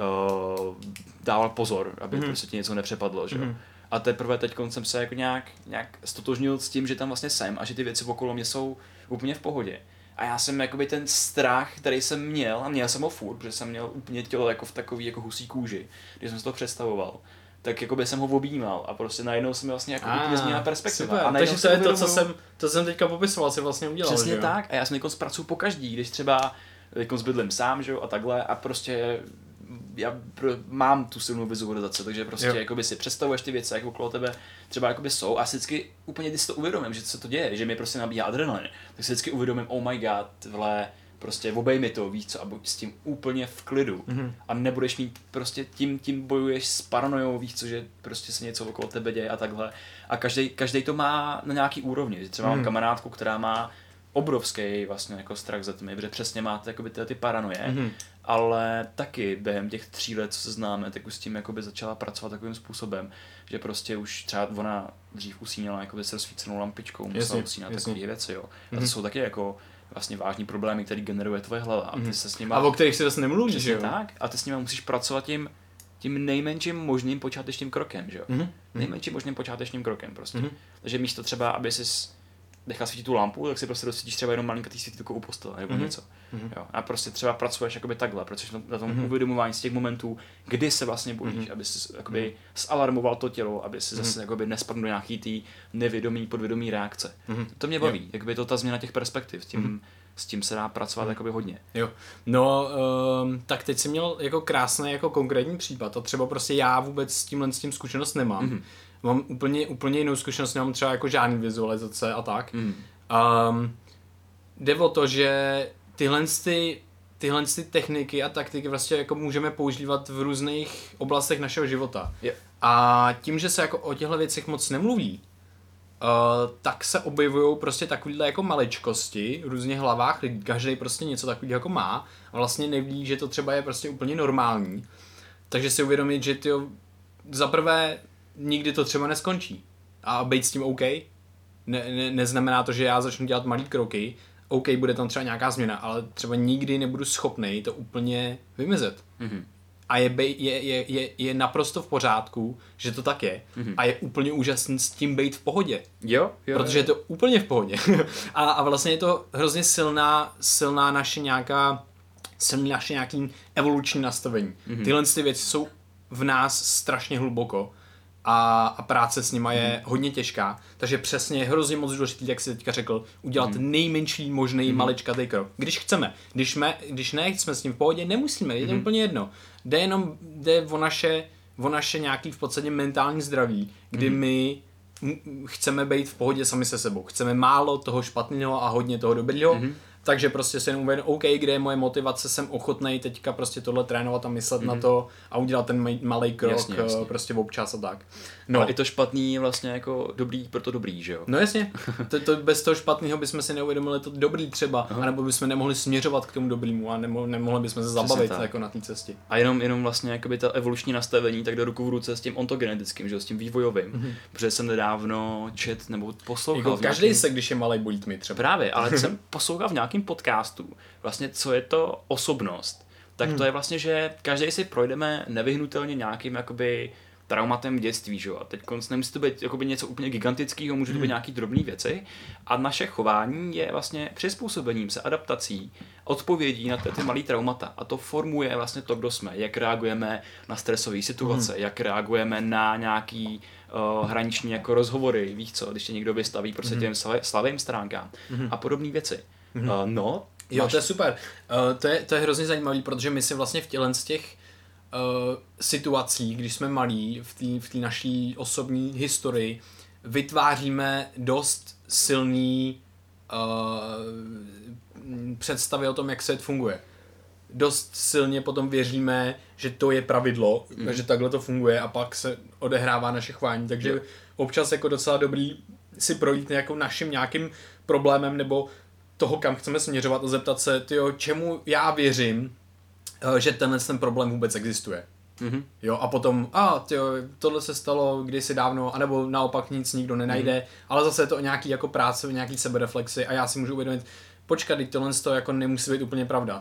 dával pozor, aby prostě ti něco nepřepadlo, že jo. A teprve teď jsem se jako nějak stotožnil s tím, že tam vlastně jsem a že ty věci okolo mě jsou úplně v pohodě. A já jsem jakoby ten strach, který jsem měl, a měl jsem ho furt, protože jsem měl úplně tělo jako v takový jako husí kůži, když jsem si to představoval, tak jakoby jsem ho objímal a prostě najednou jsem vlastně jako úplně změnila perspektiva. Super. A takže to je to, co jsem teďka popisoval, si vlastně udělal. Přesně že? Tak. A já jsem jako zpracuju po každý, když třeba jako bydlím sám, že jo, a takhle a prostě já mám tu silnou vizualizaci, takže prostě jakoby si představuješ ty věci, jak okolo tebe třeba jakoby jsou a vždycky úplně když si to uvědomím, že se to děje, že mi prostě nabíhá adrenalin, tak si vždycky uvědomím, oh my god, vle, prostě obej mi to, víš co, a buď s tím úplně v klidu a nebudeš mít prostě tím bojuješ s paranojou, víš co, že prostě se něco okolo tebe děje a takhle a každý to má na nějaký úrovni, že třeba mám kamarádku, která má obrovský vlastně jako strach ze tmy, protože přesně máte jakoby ty paranoje, ale taky během těch 3 let, co se známe, tak už s tím jakoby začala pracovat takovým způsobem, že prostě už třeba ona dřív usínala jakoby s rozsvícenou lampičkou, musela usínat takové věci, jo. A to jsou taky jako vlastně vážní problémy, které generuje tvoje hlava a ty se s nima... A o kterých si zase nemluvíš, že jo? Tak, a ty s nima musíš pracovat tím nejmenším možným počátečním krokem, že jo. Nejmenším možným počátečním krokem prostě. Takže místo třeba, aby jsi nechal svítit tu lampu, tak si prostě rozsvítíš třeba jenom malinkatý svítilko u postele nebo něco. Jo. A prostě třeba pracuješ jakoby takhle, protože na tom uvědomování z těch momentů, kdy se vlastně bojíš, aby si jakoby zalarmoval to tělo, aby si zase jakoby nespadl do nějaký tý nevědomý, podvědomý reakce. To mě baví, jakoby to ta změna těch perspektiv, s tím se dá pracovat jakoby hodně. Jo. No, tak teď jsi měl jako krásný jako konkrétní případ a třeba prostě já vůbec s tím zkušenost nemám. Mám úplně jinou zkušenost, nemám třeba jako žádný vizualizace a tak. Jde o to, že tyhle techniky a taktiky vlastně jako můžeme používat v různých oblastech našeho života. A tím, že se jako o těchto věcech moc nemluví, tak se objevují prostě takovýhle jako maličkosti v různých hlavách lidí, každý prostě něco takového jako má a vlastně neví, že to třeba je prostě úplně normální. Takže si uvědomit, že zaprvé nikdy to třeba neskončí a být s tím OK. Neznamená to, že já začnu dělat malý kroky, OK, bude tam třeba nějaká změna, ale třeba nikdy nebudu schopnej to úplně vymizet. A je naprosto v pořádku, že to tak je. A je úplně úžasný s tím být v pohodě. Jo. Protože je to úplně v pohodě. a vlastně je to hrozně silná naše nějaký evoluční nastavení. Tyhle ty věci jsou v nás strašně hluboko. A práce s nima je hodně těžká, takže přesně je hrozně moc důležitý, jak jsi teďka řekl, udělat nejmenší možný maličkatý krok. Když chceme, když ne, jsme s tím v pohodě, nemusíme, je to úplně jedno. Jde o naše nějaký v podstatě mentální zdraví, kdy my chceme být v pohodě sami se sebou. Chceme málo toho špatného a hodně toho dobrýho. Takže prostě si jenom uvědomím, OK, kde je moje motivace, jsem ochotnej teďka prostě tohle trénovat a myslet na to a udělat ten malej krok jasně. Prostě občas a tak. No. Ale i to špatný je vlastně jako dobrý, proto dobrý, že jo? No jasně, bez toho špatného bychom si neuvědomili to dobrý třeba, anebo bychom nemohli směřovat k tomu dobrýmu a nemohli bychom se zabavit jako na té cestě. A jenom vlastně jakoby ta evoluční nastavení tak do ruku v ruce s tím ontogenetickým, že jo, s tím vývojovým, protože jsem nedávno čet nebo poslouchal. Jako každý se, když je malej, bojí tmy třeba. Právě, ale jsem poslouchal v nějakým podcastu, vlastně co je to osobnost, tak to je vlastně, že každý si projdeme nevyhnutelně nějakým jakoby traumatem v dětství, že jo. A teď nemusí to být jakoby něco úplně gigantického, může to být nějaký drobný věci. A naše chování je vlastně přizpůsobením se, adaptací, odpovědí na ty malý traumata. A to formuje vlastně to, kdo jsme, jak reagujeme na stresové situace, jak reagujeme na nějaký hraniční jako rozhovory, víš co, když tě někdo vystaví prostě těm slavým stránkám a podobné věci. Jo, to je super. To je hrozně zajímavý, protože my si vlastně v těle z těch situací, když jsme malí, v té naší osobní historii, vytváříme dost silný představy o tom, jak svět funguje. Dost silně potom věříme, že to je pravidlo, že takhle to funguje a pak se odehrává naše chování, takže občas jako docela dobrý si projít jako naším nějakým problémem nebo toho, kam chceme směřovat a zeptat se, čemu já věřím, že ten problém vůbec existuje. Jo, a potom, tohle se stalo kdysi dávno, anebo naopak nic nikdo nenajde, ale zase je to o nějaký jako práce, o nějaký sebereflexi a já si můžu uvědomit, počkat, tohle to jako nemusí být úplně pravda.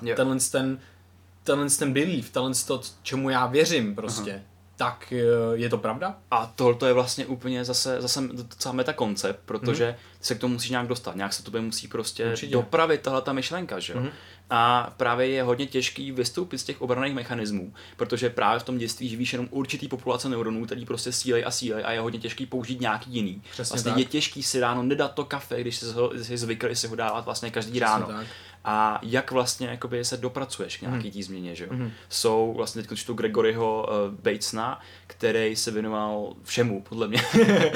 Tenhle ten belief, to, čemu já věřím prostě, tak je to pravda? A tohle je vlastně úplně zase docela metakoncept, protože se k tomu musíš nějak dostat, nějak se tobě musí prostě dopravit tahleta myšlenka, že jo? A právě je hodně těžký vystoupit z těch obranných mechanismů, protože právě v tom dětství živíš jenom určitý populace neuronů, který prostě sílej a je hodně těžký použít nějaký jiný. Přesně vlastně tak. Je těžký si ráno nedat to kafe, když jsi zvyklý si ho dávat vlastně každý ráno. Tak. A jak vlastně jakoby se dopracuješ k nějaký té změně, že jo? Jsou vlastně teď čtu Gregoryho Batesona, který se věnoval všemu, podle mě.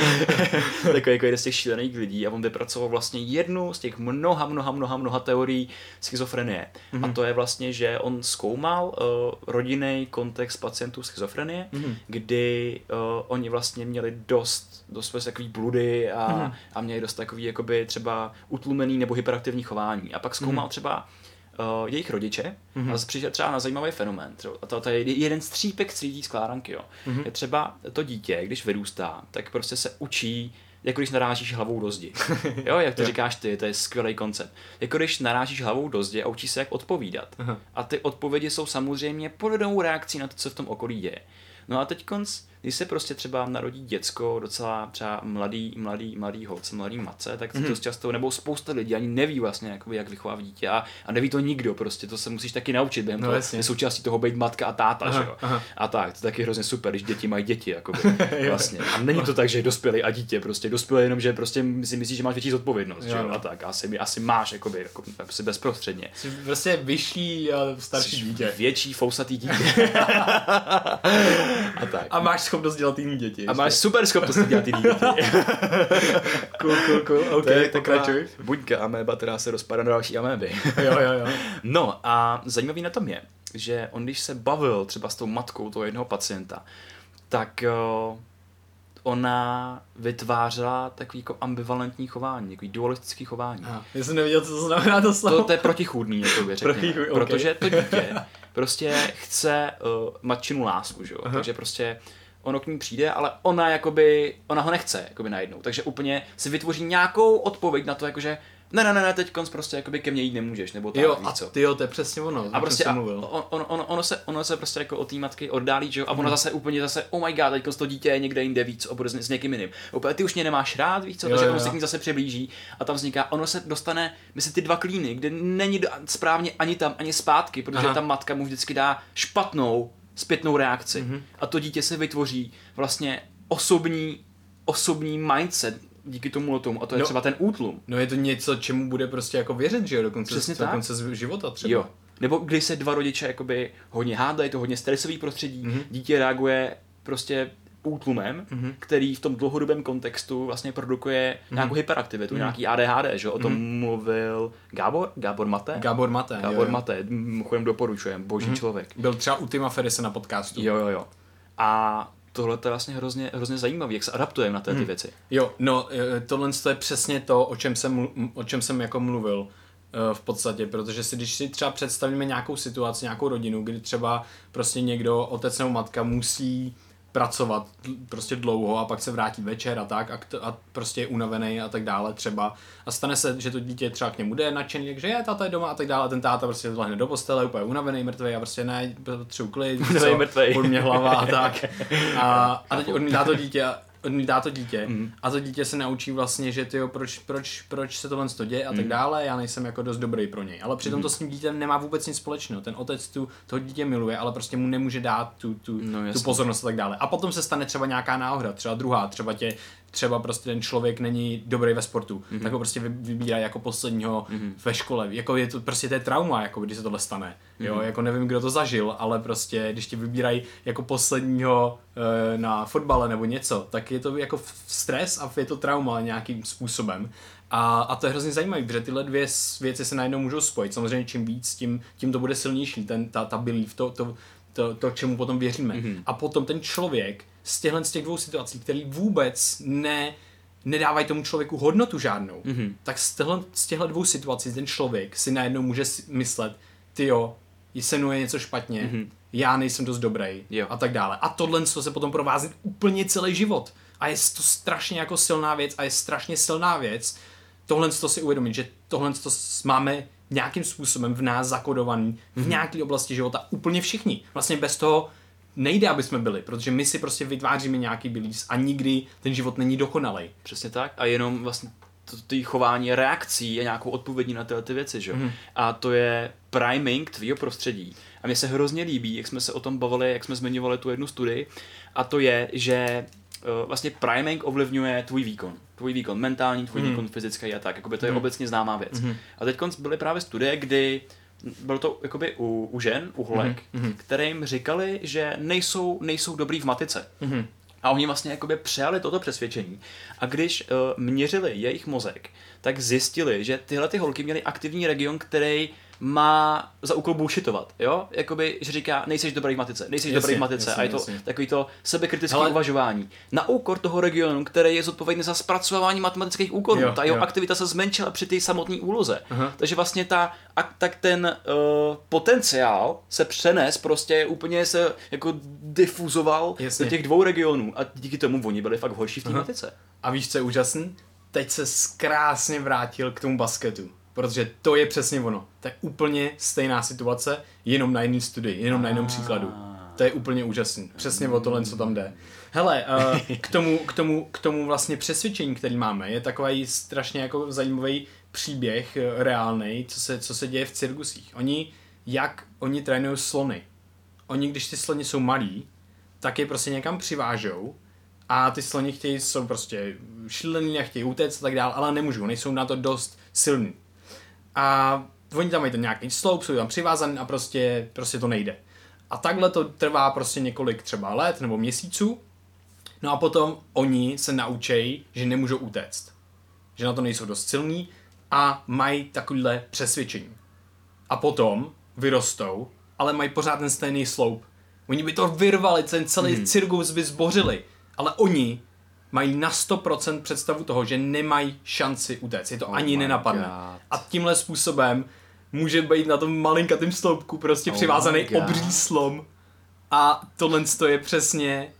Takový jako jeden z těch šílených lidí a on vypracoval vlastně jednu z těch mnoha teorií schizofrenie. A to je vlastně, že on zkoumal rodinný kontext pacientů schizofrenie, kdy oni vlastně měli dost takový bludy a měli dost takový jakoby třeba utlumený nebo hyperaktivní chování. A pak zkoumal třeba jejich rodiče a přišel třeba na zajímavý fenomén. To je jeden střípek z skládanky. Jo. Je třeba to dítě, když vyrůstá, tak prostě se učí, jako když narážíš hlavou do zdi. Jo, jak to říkáš ty, to je skvělý koncept. Jako když narážíš hlavou do zdi a učíš se, jak odpovídat. A ty odpovědi jsou samozřejmě podobnou reakcí na to, co v tom okolí děje. No a teď když se prostě třeba narodí děcko, docela třeba mladý holce, mladý matce, tak to často, nebo spousta lidí ani neví vlastně, jakoby, jak vychovat dítě a neví to nikdo, prostě to se musíš taky naučit během toho, je součástí toho být matka a táta, že jo. A tak, to taky hrozně super, když děti mají děti, jakoby, vlastně. A není to tak, že je dospělý a dítě, prostě dospělý jenom, že prostě si myslíš, že máš větší zodpovědnost, že jo, a tak, asi máš, jakoby, asi bezprostředně. Jsi prostě vyšší a starší dítě. Větší fousatý dítě. A tak. A máš schopnost dělat jiný děti. A máš super schopnost dělat jiný děti. Cool. OK, pokračuj. Buňka améba, která se rozpadá na další améby. Jo. No a zajímavý na tom je, že on když se bavil třeba s tou matkou toho jednoho pacienta, tak ona vytvářela takový jako ambivalentní chování, takový dualistický chování. Já jsem nevěděl, co to znamená to slovo. To je protichůdný, jako řekněme. Protože to dítě prostě chce matčinu lásku, že jo? Takže prostě ono k ní přijde, ale ona ho nechce jakoby najednou. Takže úplně si vytvoří nějakou odpověď na to, jakože ne, teď prostě jakoby ke mně jít nemůžeš, nebo tak, víš co. To je přesně ono. A prostě ono se prostě jako od té matky oddálí, že jo, a ona zase oh my god, teď to dítě je někde jinde víc, s někým jiným. Úplně ty už mě nemáš rád, víš co, takže ono se k ní zase přiblíží a tam vzniká, ono se dostane mezi ty dva klíny, kde není správně ani tam, ani zpátky, protože ta matka mu vždycky dá špatnou zpětnou reakci. A to dítě se vytvoří vlastně osobní mindset díky tomu a to je třeba ten útlum. No je to něco, čemu bude prostě jako věřit, že jo, do konce života třeba. Jo. Nebo když se dva rodiče jakoby hodně hádají, to hodně stresový prostředí, dítě reaguje prostě útlumem, který v tom dlouhodobém kontextu vlastně produkuje nějakou hyperaktivitu, nějaký ADHD, že o tom mluvil Gábor Mate. Gábor Mate, mimochodem doporučujem, boží člověk. Byl třeba u Tima Ferrise na podcastu. Jo. A tohle je vlastně hrozně zajímavé, jak se adaptujeme na ty věci. Jo, no tohle je přesně to, o čem jsem jako mluvil v podstatě, protože když si třeba představíme nějakou situaci, nějakou rodinu, kdy třeba prostě někdo, otec nebo matka musí pracovat prostě dlouho a pak se vrátí večer a tak a prostě je unavený a tak dále třeba a stane se, že to dítě třeba k němu jde nadšený, takže je, táta je doma a tak dále a ten táta prostě lehne do postele, úplně unavený, mrtvej a prostě ne, potřebuji klid, pod mě hlava a tak a teď odmítá to dítě a to dítě se naučí vlastně, že tyjo, proč se tohle děje a tak dále, já nejsem jako dost dobrý pro něj. Ale přitom to s tím dítětem nemá vůbec nic společného. Ten otec toho dítě miluje, ale prostě mu nemůže dát tu pozornost a tak dále. A potom se stane třeba nějaká náhoda, třeba druhá, třeba prostě ten člověk není dobrý ve sportu, tak ho prostě vybírá jako posledního ve škole. Jako je to prostě to je trauma, jako když se tohle stane. Jo, jako nevím, kdo to zažil, ale prostě když tě vybírají jako posledního na fotbale nebo něco, tak je to jako stres a je to trauma nějakým způsobem. A to je hrozně zajímavé, protože tyhle dvě věci se najednou můžou spojit. Samozřejmě čím víc, tím to bude silnější, ta belief, to, čemu potom věříme. A potom ten člověk z těch dvou situací, který vůbec nedávají tomu člověku hodnotu žádnou, tak z těchto dvou situací ten člověk si najednou může myslet, tyjo, se mnou je něco špatně, já nejsem dost dobrý a tak dále. A tohle se potom provází úplně celý život. A je to strašně jako silná věc a je strašně silná věc tohle si uvědomit, že tohle máme nějakým způsobem v nás zakodovaný v nějaké oblasti života úplně všichni. Vlastně bez toho nejde, aby jsme byli, protože my si prostě vytváříme nějaký beliefs a nikdy ten život není dokonalej. Přesně tak a jenom vlastně to chování reakcí a nějakou odpovědí na tyhle ty věci, že? A to je priming tvýho prostředí. A mně se hrozně líbí, jak jsme se o tom bavili, jak jsme zmiňovali tu jednu studii, a to je, že vlastně priming ovlivňuje tvůj výkon mentální, tvůj výkon fyzický a tak, jakoby to je obecně známá věc. A teď byly právě studie, kdy bylo to jakoby u žen, u holek, kterým říkali, že nejsou dobrý v matice. A oni vlastně jakoby přijali toto přesvědčení. A když měřili jejich mozek, tak zjistili, že tyhle ty holky měly aktivní region, který má za úkol bullshitovat, jo? Jakoby, že říká, nejseš dobrý v matice, a je to takový to sebekritické uvažování. Na úkor toho regionu, který je zodpovědný za zpracování matematických úkonů, ta jeho aktivita se zmenšila při té samotné úloze. Takže vlastně ten potenciál se přenes, prostě úplně se jako difuzoval do těch dvou regionů a díky tomu oni byli fakt horší v té matice. A víš, co je úžasný? Teď se krásně vrátil k tomu basketu. Protože to je přesně ono. To je úplně stejná situace, jenom na jedné studii, jenom na jednom příkladu. To je úplně úžasný. Přesně o tohle, co tam jde. Hele, k tomu vlastně přesvědčení, který máme, je takový strašně jako zajímavý příběh reálnej, co se děje v cirkusích. Oni trénují slony. Oni, když ty sloni jsou malí, tak je prostě někam přivážou a ty sloni jsou prostě šílený a chtějí utéct a tak dále, ale nemůžou, nejsou na to dost silní. A oni tam mají ten nějaký sloup, jsou tam přivázaný a prostě to nejde. A takhle to trvá prostě několik třeba let nebo měsíců. No a potom oni se naučí, že nemůžou utéct. Že na to nejsou dost silní a mají takovýhle přesvědčení. A potom vyrostou, ale mají pořád ten stejný sloup. Oni by to vyrvali, ten celý cirkus by zbořili. Ale oni mají na 100% představu toho, že nemají šanci utéct. Je to ani nenapadne. God. A tímhle způsobem může být na tom malinkatým sloupku prostě přivázaný obří slon. A tohle je přesně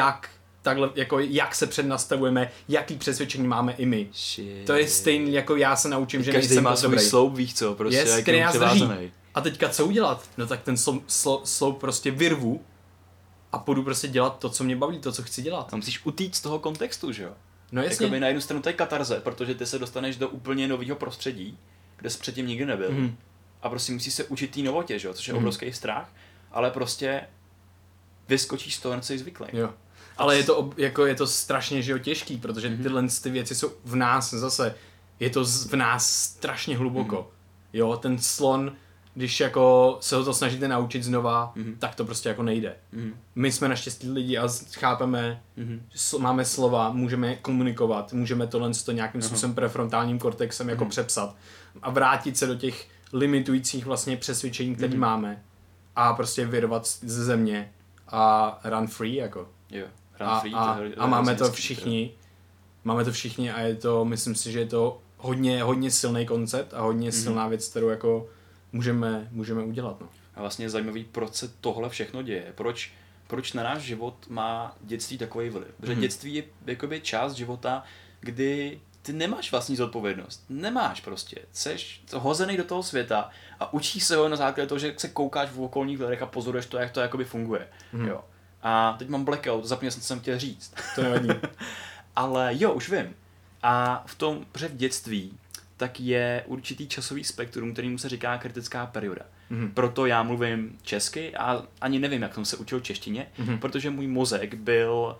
jak se přednastavujeme, jaký přesvědčení máme i my. Shit. To je stejný, jako já se naučím, že každý má svůj sloup, víš co, prostě jak je přivázaný. A teďka co udělat? No tak ten sloup prostě vyrvu a půjdu prostě dělat to, co mě baví, to, co chci dělat. A musíš utít z toho kontextu, že jo? No jasně. Jakoby na jednu stranu to je katarze, protože ty se dostaneš do úplně nového prostředí, kde jsi předtím nikdy nebyl. A prostě musíš se učit té novotě, že jo? Což je obrovský strach, ale prostě vyskočíš z toho, co jsi zvyklý. Jo. Ale je to strašně, že jo, těžký, protože tyhle ty věci jsou v nás zase, je to v nás strašně hluboko. Jo, ten slon, když jako se ho to snažíte naučit znova, tak to prostě jako nejde. My jsme naštěstí lidi a chápeme, máme slova, můžeme komunikovat, můžeme tohle nějakým způsobem prefrontálním kortexem jako přepsat a vrátit se do těch limitujících vlastně přesvědčení, které máme a prostě vyrvat ze země a run free jako. Jo, a máme to všichni. Máme to všichni a je to, myslím si, že je to hodně silný koncept a hodně silná věc, kterou jako můžeme udělat. No. A vlastně je zajímavý, proč se tohle všechno děje. Proč proč na náš život má dětství takový vliv. Protože dětství je jakoby část života, kdy ty nemáš vlastní zodpovědnost. Nemáš prostě. Jseš hozený do toho světa a učíš se ho na základě toho, že se koukáš v okolních lidech a pozoruješ to, jak to jakoby funguje. Jo. A teď mám blackout, zapomněl jsem, co jsem chtěl říct. To nevadí. Ale jo, už vím. A protože v dětství tak je určitý časový spektrum, kterýmu se říká kritická perioda. Proto já mluvím česky a ani nevím, jak jsem se učil češtině, protože můj mozek byl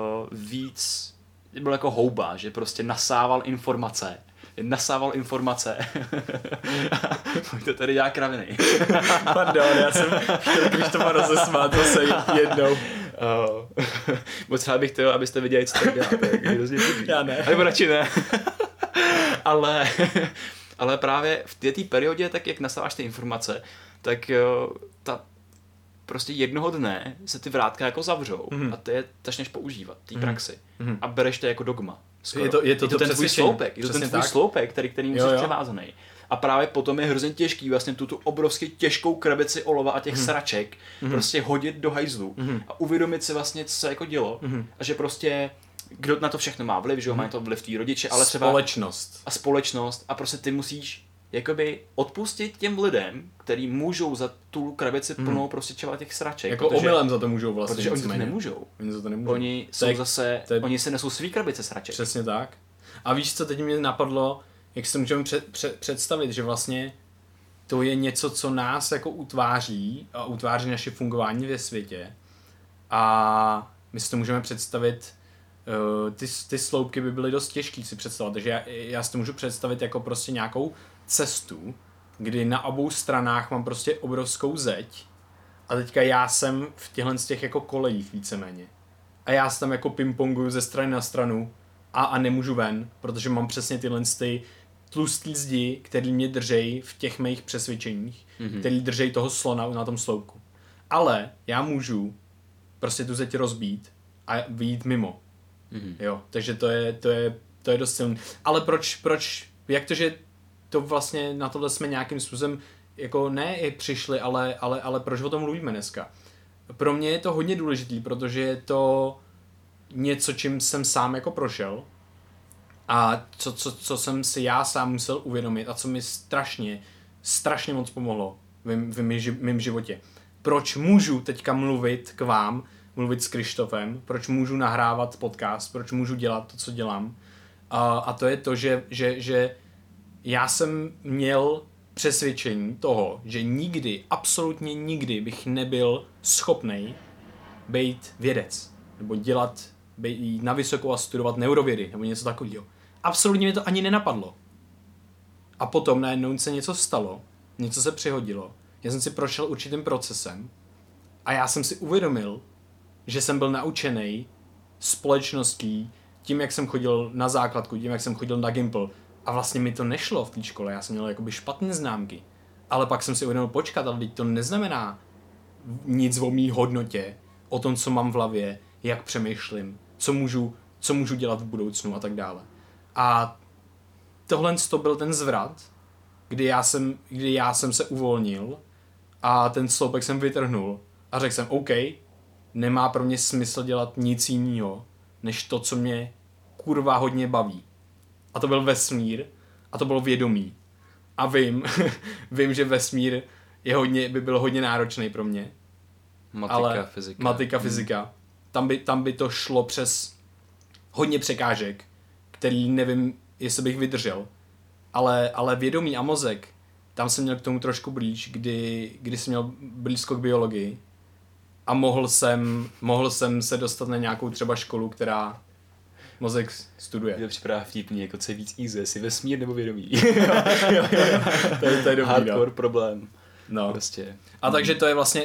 byl jako houba, že prostě nasával informace. Můj to tady dělá kraviny. Pardon, já jsem chtěl Krištofa rozesmát zase jednou. Moc rád bych chtěl, abyste viděli, co tady děláte. Já ne. Nebo radši ne. ale právě v té periodě, tak jak nasáváš ty informace, tak ta prostě jednoho dne se ty vrátka jako zavřou a ty je začneš používat, té praxi. A bereš to jako dogma. Je to ten tvůj sloupek, je to ten tvůj sloupek, kterým jsi převázaný. A právě potom je hrozně těžký vlastně tu obrovsky těžkou krabici olova a těch sraček prostě hodit do hajzlu a uvědomit si vlastně, co se jako dělo a že prostě kdo na to všechno má vliv, že jo, má to vliv tvý rodiče, ale třeba společnost a prostě ty musíš jakoby odpustit těm lidem, kteří můžou za tu krabici plnou prostě těch sraček. Jako omylem za to můžou vlastně. Protože oni to nemůžou. Oni jsou zase, oni si nesou svý krabice sraček. Přesně tak. A víš, co teď mě napadlo, jak si to můžeme představit, že vlastně to je něco, co nás jako utváří a utváří naše fungování ve světě. A my si to můžeme představit, ty sloupky by byly dost těžký si představit, takže já si to můžu představit jako prostě nějakou cestu, kdy na obou stranách mám prostě obrovskou zeď a teďka já jsem v těchhle z těch jako kolejích víceméně. A já se tam jako pingponguju ze strany na stranu a nemůžu ven, protože mám přesně tyhle ty tlustý zdi, který mě držej v těch mých přesvědčeních, který držej toho slona na tom sloupku. Ale já můžu prostě tu zeď rozbít a vyjít mimo. Jo, takže to je dost silný. Ale proč, jak to, že to vlastně na tohle jsme nějakým způsobem jako ne přišli, ale proč o tom mluvíme dneska? Pro mě je to hodně důležitý, protože je to něco, čím jsem sám jako prošel a co jsem si já sám musel uvědomit a co mi strašně moc pomohlo v mém životě. Proč můžu teďka mluvit k vám, mluvit s Krištofem, proč můžu nahrávat podcast, proč můžu dělat to, co dělám. A to je to, že já jsem měl přesvědčení toho, že nikdy, absolutně nikdy bych nebyl schopnej být vědec, nebo jít na vysokou a studovat neurovědy, nebo něco takového. Absolutně mi to ani nenapadlo. A potom najednou se něco stalo, něco se přihodilo, já jsem si prošel určitým procesem a já jsem si uvědomil, že jsem byl naučený společností, tím, jak jsem chodil na základku, tím, jak jsem chodil na Gimple. A vlastně mi to nešlo v té škole, já jsem měl jakoby špatné známky. Ale pak jsem si uvědomil, počkat, ale to neznamená nic o mý hodnotě, o tom, co mám v hlavě, jak přemýšlím, co můžu dělat v budoucnu a tak dále. A tohle to byl ten zvrat, kdy já jsem se uvolnil a ten sloupek jsem vytrhnul a řekl jsem, OK, nemá pro mě smysl dělat nic jiného, než to, co mě kurva hodně baví. A to byl vesmír a to bylo vědomí. A vím, že vesmír by byl hodně náročný pro mě. Matika, fyzika. Tam by to šlo přes hodně překážek, který nevím, jestli bych vydržel. Ale vědomí a mozek, tam jsem měl k tomu trošku blíž, kdy jsem měl blízko k biologii. A mohl jsem se dostat na nějakou třeba školu, která mozek studuje. To připadá vtipný, jako co je víc easy, jestli vesmír nebo vědomí. jo. To je dobrý, hardcore problém. No. Prostě. A takže to je vlastně,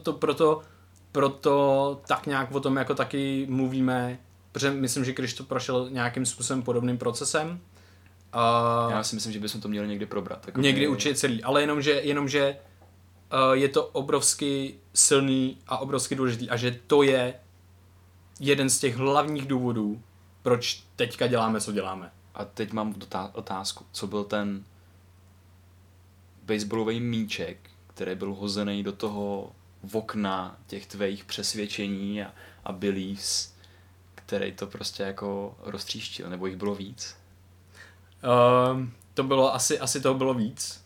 proto tak nějak o tom jako taky mluvíme, protože myslím, že Krištof prošel nějakým způsobem podobným procesem. Já si myslím, že bychom to měli někdy probrat. Jako někdy určitě celý, ale jenomže je to obrovsky silný a obrovsky důležitý a že to je jeden z těch hlavních důvodů, proč teďka děláme, co děláme. A teď mám otázku. Co byl ten baseballový míček, který byl hozený do toho okna těch tvých přesvědčení a beliefs, který to prostě jako roztříštil, nebo jich bylo víc? To bylo asi toho bylo víc.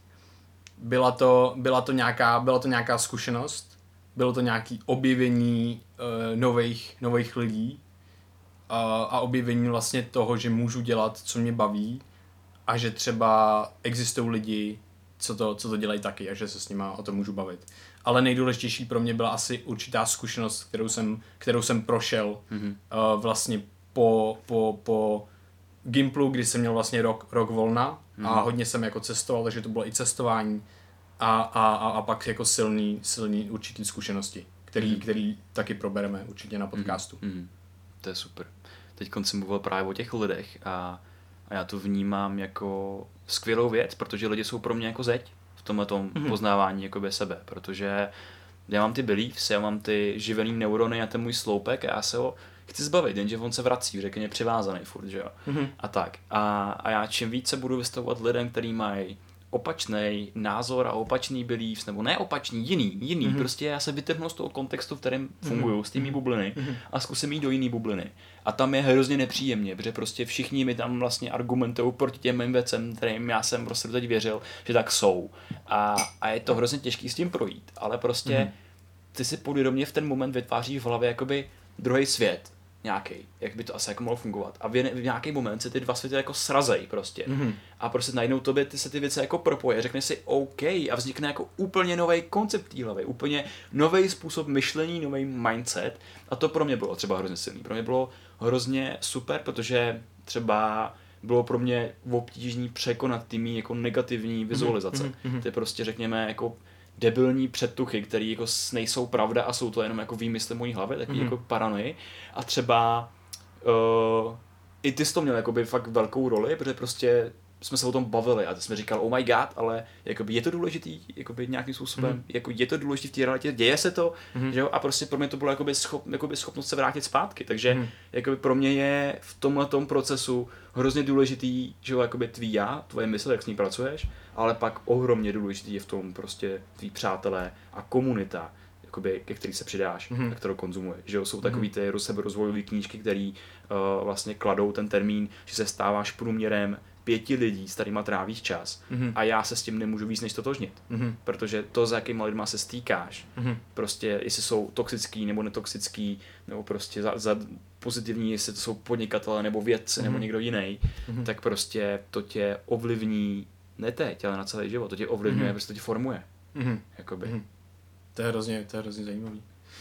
Byla to nějaká zkušenost, bylo to nějaké objevení nových lidí a objevení vlastně toho, že můžu dělat, co mě baví a že třeba existují lidi, co to dělají taky a že se s nima o tom můžu bavit. Ale nejdůležitější pro mě byla asi určitá zkušenost, kterou jsem prošel vlastně po Gimplu, kdy jsem měl vlastně rok volna a hodně jsem jako cestoval, takže to bylo i cestování a pak jako silný určitý zkušenosti, který taky probereme určitě na podcastu. To je super. Teď jsem mluvil právě o těch lidech a já to vnímám jako skvělou věc, protože lidi jsou pro mě jako zeď v tomhletom poznávání jakoby sebe, protože já mám ty beliefs, já mám ty živený neurony a ten můj sloupek a já se ho chci zbavit, jenže on se vrací, řekněme převázaný furt, že jo. A tak. A já čím více budu vystavovat lidem, který mají opačný názor a opačný beliefs, nebo ne opačný, jiný. Prostě já se vytrhnu z toho kontextu, v kterém fungují, z té mý bubliny a zkusím jít do jiný bubliny. A tam je hrozně nepříjemně, protože prostě všichni mi tam vlastně argumentují proti těm mým věcem, kterým já jsem prostě teď věřil, že tak jsou. A je to hrozně těžký s tím projít, ale prostě ty si podvědomě v ten moment vytváříš v hlavě jakoby druhý svět nějaký, jak by to asi jako mohlo fungovat. A v nějaký moment se ty dva světy jako srazej prostě. A prostě najednou tobě se ty věci jako propoje, řekneš si OK a vznikne jako úplně nový koncept té hlavy, úplně nový způsob myšlení, nový mindset. A to pro mě bylo třeba hrozně silný. Pro mě bylo hrozně super, protože třeba bylo pro mě obtížný překonat ty mý jako negativní vizualizace. To je prostě řekněme jako debilní předtuchy, které jako nejsou pravda a jsou to jenom jako výmysly mojí hlavy, takový jako paranoji. A třeba i ty jsi to měl jakoby fakt velkou roli, protože prostě jsme se o tom bavili a jsme říkali, oh my god, ale jakoby je to důležitý, jakoby nějakým způsobem, jako je to důležitý v té realitě, děje se to, že jo? A prostě pro mě to bylo jakoby schopnost se vrátit zpátky, takže jakoby pro mě je v tomhletom procesu hrozně důležitý, že jo, jakoby tvý já, tvoje mysl, jak s ní pracuješ, ale pak ohromně důležitý je v tom prostě tví přátelé a komunita, jakoby, ke který se přidáš a kterou konzumuješ, že jo, jsou takový ty seberozvojové knížky, který vlastně kladou ten termín, že se stáváš průměrem 5 lidí, s kterýma trávíš čas a já se s tím nemůžu víc než totožnit, protože to, za jakýma lidma se stýkáš, prostě jestli jsou toxický nebo netoxický, nebo prostě za pozitivní, jestli to jsou podnikatelé nebo vědci nebo někdo jiný, tak prostě to tě ovlivní ne teď, ale na celý život, to tě ovlivňuje, prostě to tě formuje. Jakoby. To je hrozně zajímavý.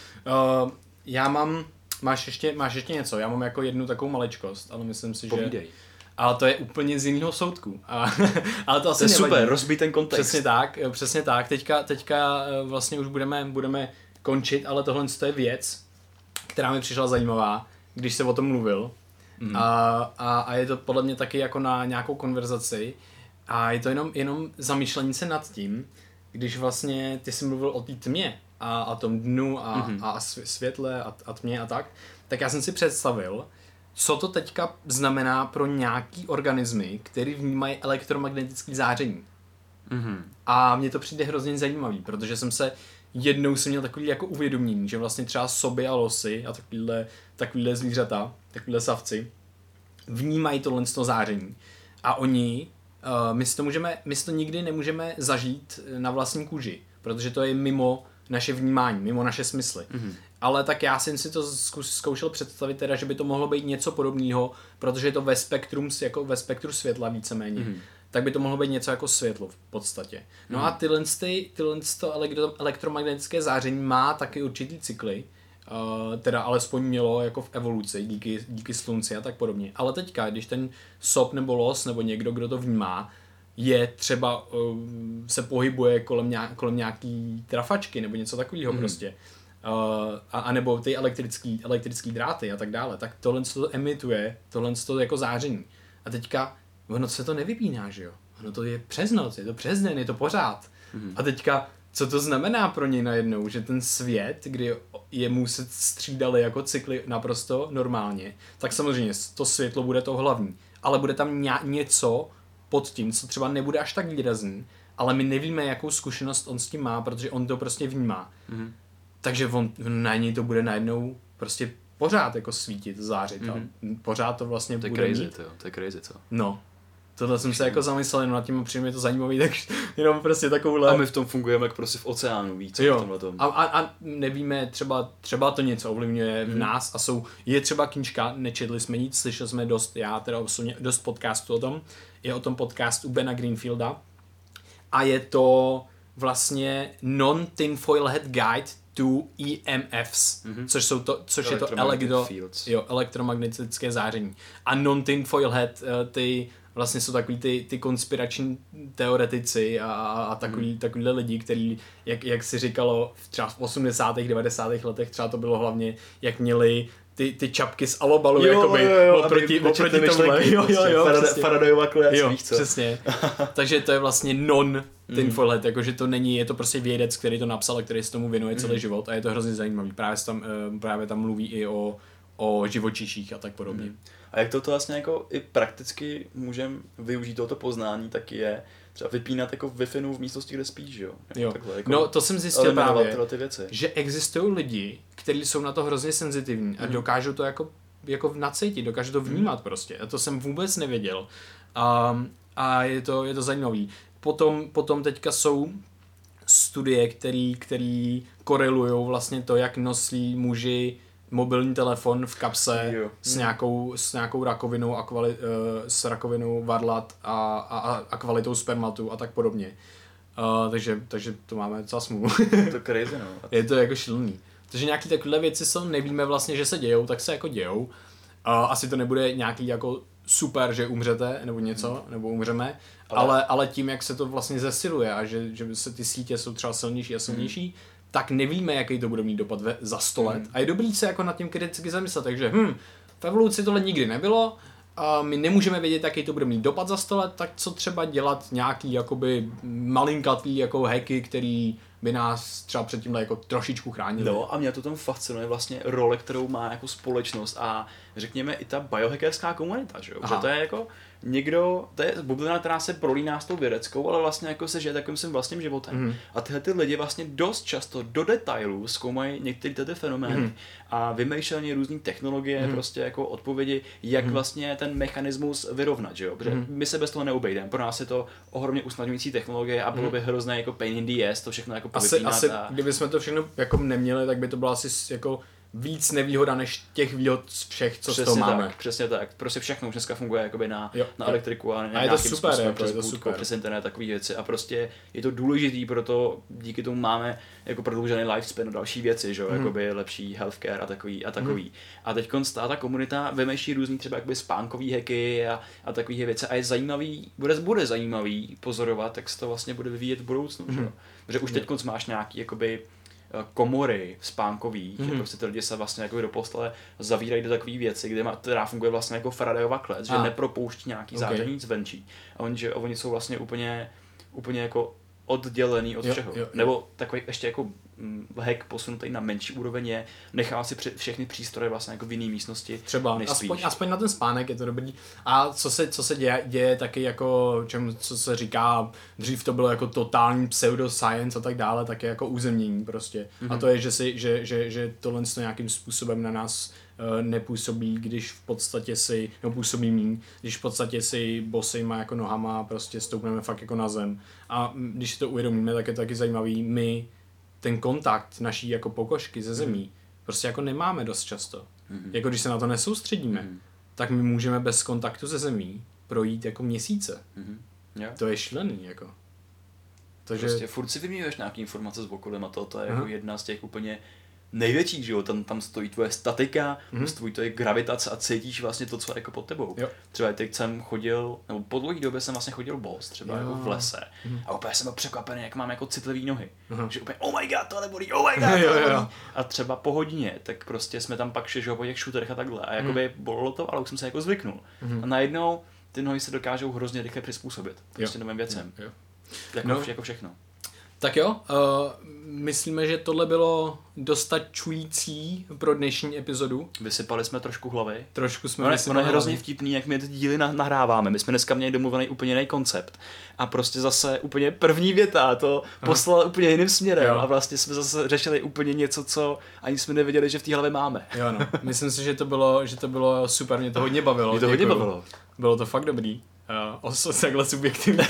Máš ještě něco, já mám jako jednu takovou maličkost, ale myslím si, Povídej. že... Ale to je úplně z jiného soudku. Ale to asi to je nevadí. super, rozbít ten kontext. Přesně tak. Teďka vlastně už budeme končit, ale tohle je věc, která mi přišla zajímavá, když se o tom mluvil. A je to podle mě taky jako na nějakou konverzaci. A je to jenom zamýšlení se nad tím, když vlastně ty jsi mluvil o té tmě a tom dnu a světle a tmě a tak já jsem si představil, co to teďka znamená pro nějaký organismy, který vnímají elektromagnetické záření. A mně to přijde hrozně zajímavý, protože jednou jsem měl takový jako uvědomění, že vlastně třeba soby a losy a takovýhle zvířata, takovýhle savci, vnímají tohle záření. A oni, my si to nikdy nemůžeme zažít na vlastní kůži, protože to je mimo naše vnímání, mimo naše smysly. Ale tak já jsem si to zkoušel představit teda, že by to mohlo být něco podobného, protože je to ve spektru světla víceméně. Tak by to mohlo být něco jako světlo v podstatě. No a tyhle elektromagnetické záření má taky určitý cykly, teda alespoň mělo jako v evoluci, díky slunci a tak podobně. Ale teďka, když ten sob nebo los nebo někdo, kdo to vnímá, je třeba se pohybuje kolem nějaký trafačky nebo něco takového prostě. A nebo ty elektrický dráty a tak dále, tak tohle to emituje, tohle to jako záření. A teďka ono se to nevypíná, že jo? Ono to je přes noc, je to přes den, je to pořád. A teďka, co to znamená pro něj najednou, že ten svět, kdy jemu se střídaly jako cykly naprosto normálně, tak samozřejmě to světlo bude to hlavní, ale bude tam něco pod tím, co třeba nebude až tak výrazný, ale my nevíme, jakou zkušenost on s tím má, protože on to prostě vnímá. takže on na něj to bude najednou prostě pořád jako svítit, zářit. Pořád to vlastně to bude mít. To je crazy, co? No. Tohle jsem se jako zamyslel jenom nad tím a přijde mi to zajímavý, tak jenom prostě takovouhle... A my v tom fungujeme jak prostě v oceánu, víc v tomhletom. A nevíme, třeba to něco ovlivňuje v nás a je třeba knížka, nečetli jsme nic, slyšeli jsme já teda osobně dost podcastů o tom, je o tom podcast u Bena Greenfielda a je to vlastně Non-Tinfoil Hat Guide to EMFs, což je to elektromagnetické záření. A non-tinfoil hat, ty vlastně jsou takový ty konspirační teoretici a takovýhle lidi, který, jak si říkalo, třeba v 80. 90. letech třeba to bylo hlavně, jak měli ty čapky z alobalu, oproti tomuhle. Faradayova klec, víš co? Přesně. Takže to je vlastně non-tinfoil hat, jakože to není, je to prostě vědec, který to napsal a který se tomu věnuje celý život a je to hrozně zajímavý. Právě tam mluví i o živočiších a tak podobně. A jak to vlastně jako i prakticky můžeme využít tohoto poznání, tak je třeba vypínat jako Wi-Fi v místnosti, kde spíš, jo? Takhle, jako no to jsem zjistil právě, ty věci. že existují lidi, kteří jsou na to hrozně senzitivní a dokážou to jako nacítit, dokážou to vnímat prostě. A to jsem vůbec nevěděl. A je to zajímavý. Potom teďka jsou studie, které korelujou vlastně to, jak nosí muži mobilní telefon v kapse s nějakou rakovinou s rakovinou varlat a kvalitou spermatu a tak podobně. Takže to máme docela smůlu. To crazy, no. Je to jako šílený. Takže nějaký takové věci nevíme vlastně, že se dějou, tak se jako dějou. Asi to nebude nějaký jako super, že umřete nebo něco, nebo umřeme, ale tím, jak se to vlastně zesiluje a že se ty sítě jsou třeba silnější a silnější, tak nevíme, jaký to bude mít dopad za 100 let. A je dobrý se jako nad tím kriticky zamyslet, takže v evoluci tohle nikdy nebylo, a my nemůžeme vědět, jaký to bude mít dopad za 100 let, tak co třeba dělat nějaký jakoby malinkatý jako hacky, který by nás třeba před tímhle jako trošičku chránili. No a mě to tam fascinuje vlastně role, kterou má jako společnost a řekněme i ta biohackerská komunita, že jo? Že to je jako někdo, to je bublina, která se prolíná s tou vědeckou, ale vlastně jako se žije takovým svým vlastním životem. A tyhle ty lidi vlastně dost často do detailů zkoumají některé ty fenomény a vymýšlení různý technologie, prostě jako odpovědi, jak vlastně ten mechanismus vyrovnat, že jo? Protože my se bez toho neobejdeme. Pro nás je to ohromně usnadňující technologie a bylo by hrozné jako pain in the ass to všechno jako povypínat. Asi kdybychom to všechno jako neměli, tak by to bylo asi jako víc nevýhoda než těch výhod všech, co z toho máme. Přesně tak. Prostě všechno už dneska funguje jakoby na elektriku a je to super, jako, je to super. Přes internet, takové věci a prostě je to důležitý, proto díky tomu máme jako prodloužený lifespan a další věci, že jo, jakoby lepší healthcare a takový. A teď ta komunita vymýšlí různý třeba jakoby spánkový hacky a takové věci a je zajímavý, bude zajímavý pozorovat, jak se to vlastně bude vyvíjet v budoucnu, že jo. Protože už teď máš nějaký jakoby komory spánkový, že prostě ty lidi se vlastně jako do postele zavírají do takové věci, která funguje vlastně jako Faradayova klec, že nepropouští nějaký záření zvenčí. A oni jsou vlastně úplně jako oddělený od všeho. Nebo takový ještě jako hack posunutý na menší úroveň je, nechá si všechny přístroje vlastně jako v jiné místnosti. Třeba, aspoň na ten spánek je to dobrý. A co se děje taky jako, co se říká, dřív to bylo jako totální pseudoscience a tak dále, tak je jako uzemnění prostě. A to je, že tohle nějakým způsobem na nás nepůsobí, když v podstatě působí míň, když v podstatě si bosejma jako nohama prostě stoupneme fakt jako na zem. A když si to uvědomíme, tak je to taky zajímavý, my ten kontakt naší jako pokožky ze zemí prostě jako nemáme dost často. Jako když se na to nesoustředíme, tak my můžeme bez kontaktu ze zemí projít jako měsíce. To je šílený jako. Takže prostě furt si vyměňuješ nějaký informace z okolím a to je jako jedna z těch úplně největší, že jo, tam stojí tvoje statika, stojí tvoje gravitace a cítíš vlastně to, co je jako pod tebou. Třeba teď jsem chodil, nebo po dlouhé době jsem vlastně chodil bos, třeba jako v lese a úplně jsem byl překvapený, jak mám jako citlivý nohy. Že úplně, oh my god, tohle bolí, oh my god, tohle bolí. A třeba po hodině, tak prostě jsme tam pak šli, že jo, po těch šuterech a takhle a jakoby bolelo to, ale už jsem se jako zvyknul. A najednou ty nohy se dokážou hrozně rychle přizpůsobit prostě novým věcem. Jako všechno. Tak jo, myslíme, že tohle bylo dostačující pro dnešní epizodu. Vysypali jsme trošku hlavy. Trošku jsme vysypali hlavy. Hrozně vtipný, jak my ty díly nahráváme. My jsme dneska měli domluvený úplně jiný koncept. A prostě zase úplně první věta to poslala úplně jiným směrem. Jo. A vlastně jsme zase řešili úplně něco, co ani jsme nevěděli, že v té hlavě máme. Jo, no. Myslím si, že to bylo super, mě to hodně bavilo. Mě to hodně bavilo. Bylo to fakt dobrý. Takhle subjektivně.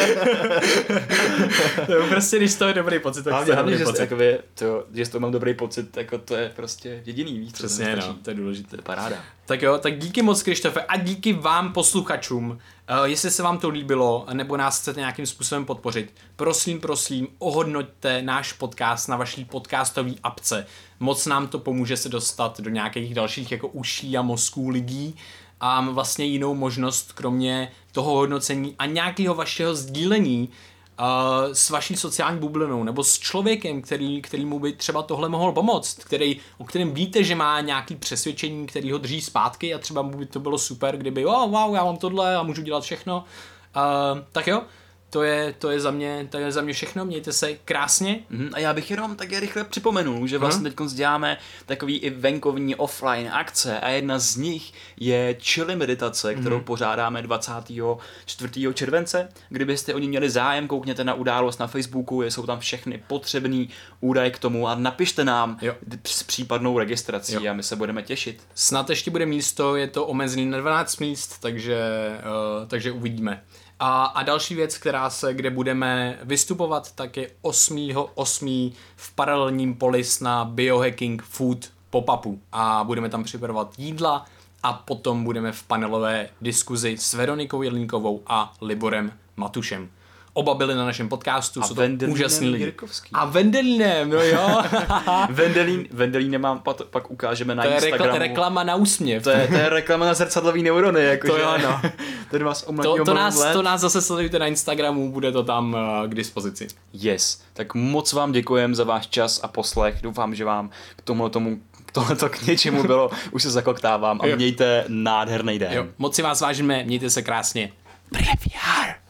To je prostě, když to je dobrý pocit, tak to je dobrý pocit. Že to mám dobrý pocit, jako to je prostě jediný, víc. Přesně, no, to je důležité. To je paráda. Tak jo, tak díky moc, Krištofe, a díky vám, posluchačům. Jestli se vám to líbilo, nebo nás chcete nějakým způsobem podpořit, prosím, ohodnoťte náš podcast na vaší podcastové apce. Moc nám to pomůže se dostat do nějakých dalších jako uší a mozků lidí. A vlastně jinou možnost, kromě toho hodnocení a nějakého vašeho sdílení s vaší sociální bublinou nebo s člověkem, kterýmu by třeba tohle mohl pomoct, o kterém víte, že má nějaké přesvědčení, který ho drží zpátky a třeba by to bylo super, kdyby wow, já mám tohle a můžu dělat všechno. Tak jo, to je za mě všechno, mějte se krásně. A já bych jenom také rychle připomenul, že vlastně teď děláme takový i venkovní offline akce a jedna z nich je chili meditace, kterou pořádáme 24. července. Kdybyste o ní měli zájem, koukněte na událost na Facebooku, jsou tam všechny potřebný údaje k tomu a napište nám s případnou registrací a my se budeme těšit. Snad ještě bude místo, je to omezený na 12 míst, takže uvidíme. A další věc, kde budeme vystupovat, tak je 8.8. v paralelním Polis na Biohacking Food pop-upu. A budeme tam připravovat jídla a potom budeme v panelové diskuzi s Veronikou Jedlínkovou a Liborem Matušem. Oba byli na našem podcastu, jsou to úžasný lidi. A Vendelínem, no jo. Vendelínem vám pak ukážeme na Instagramu. To je reklama na úsměv. To je reklama na zrcadlový neurony. To jo, no. Ten vás to nás zase sledujte na Instagramu, bude to tam k dispozici. Yes, tak moc vám děkujem za váš čas a poslech. Doufám, že vám k tohleto k něčemu bylo. Už se zakoktávám a mějte nádherný den. Jo. Moc si vás vážíme, mějte se krásně. Premiér.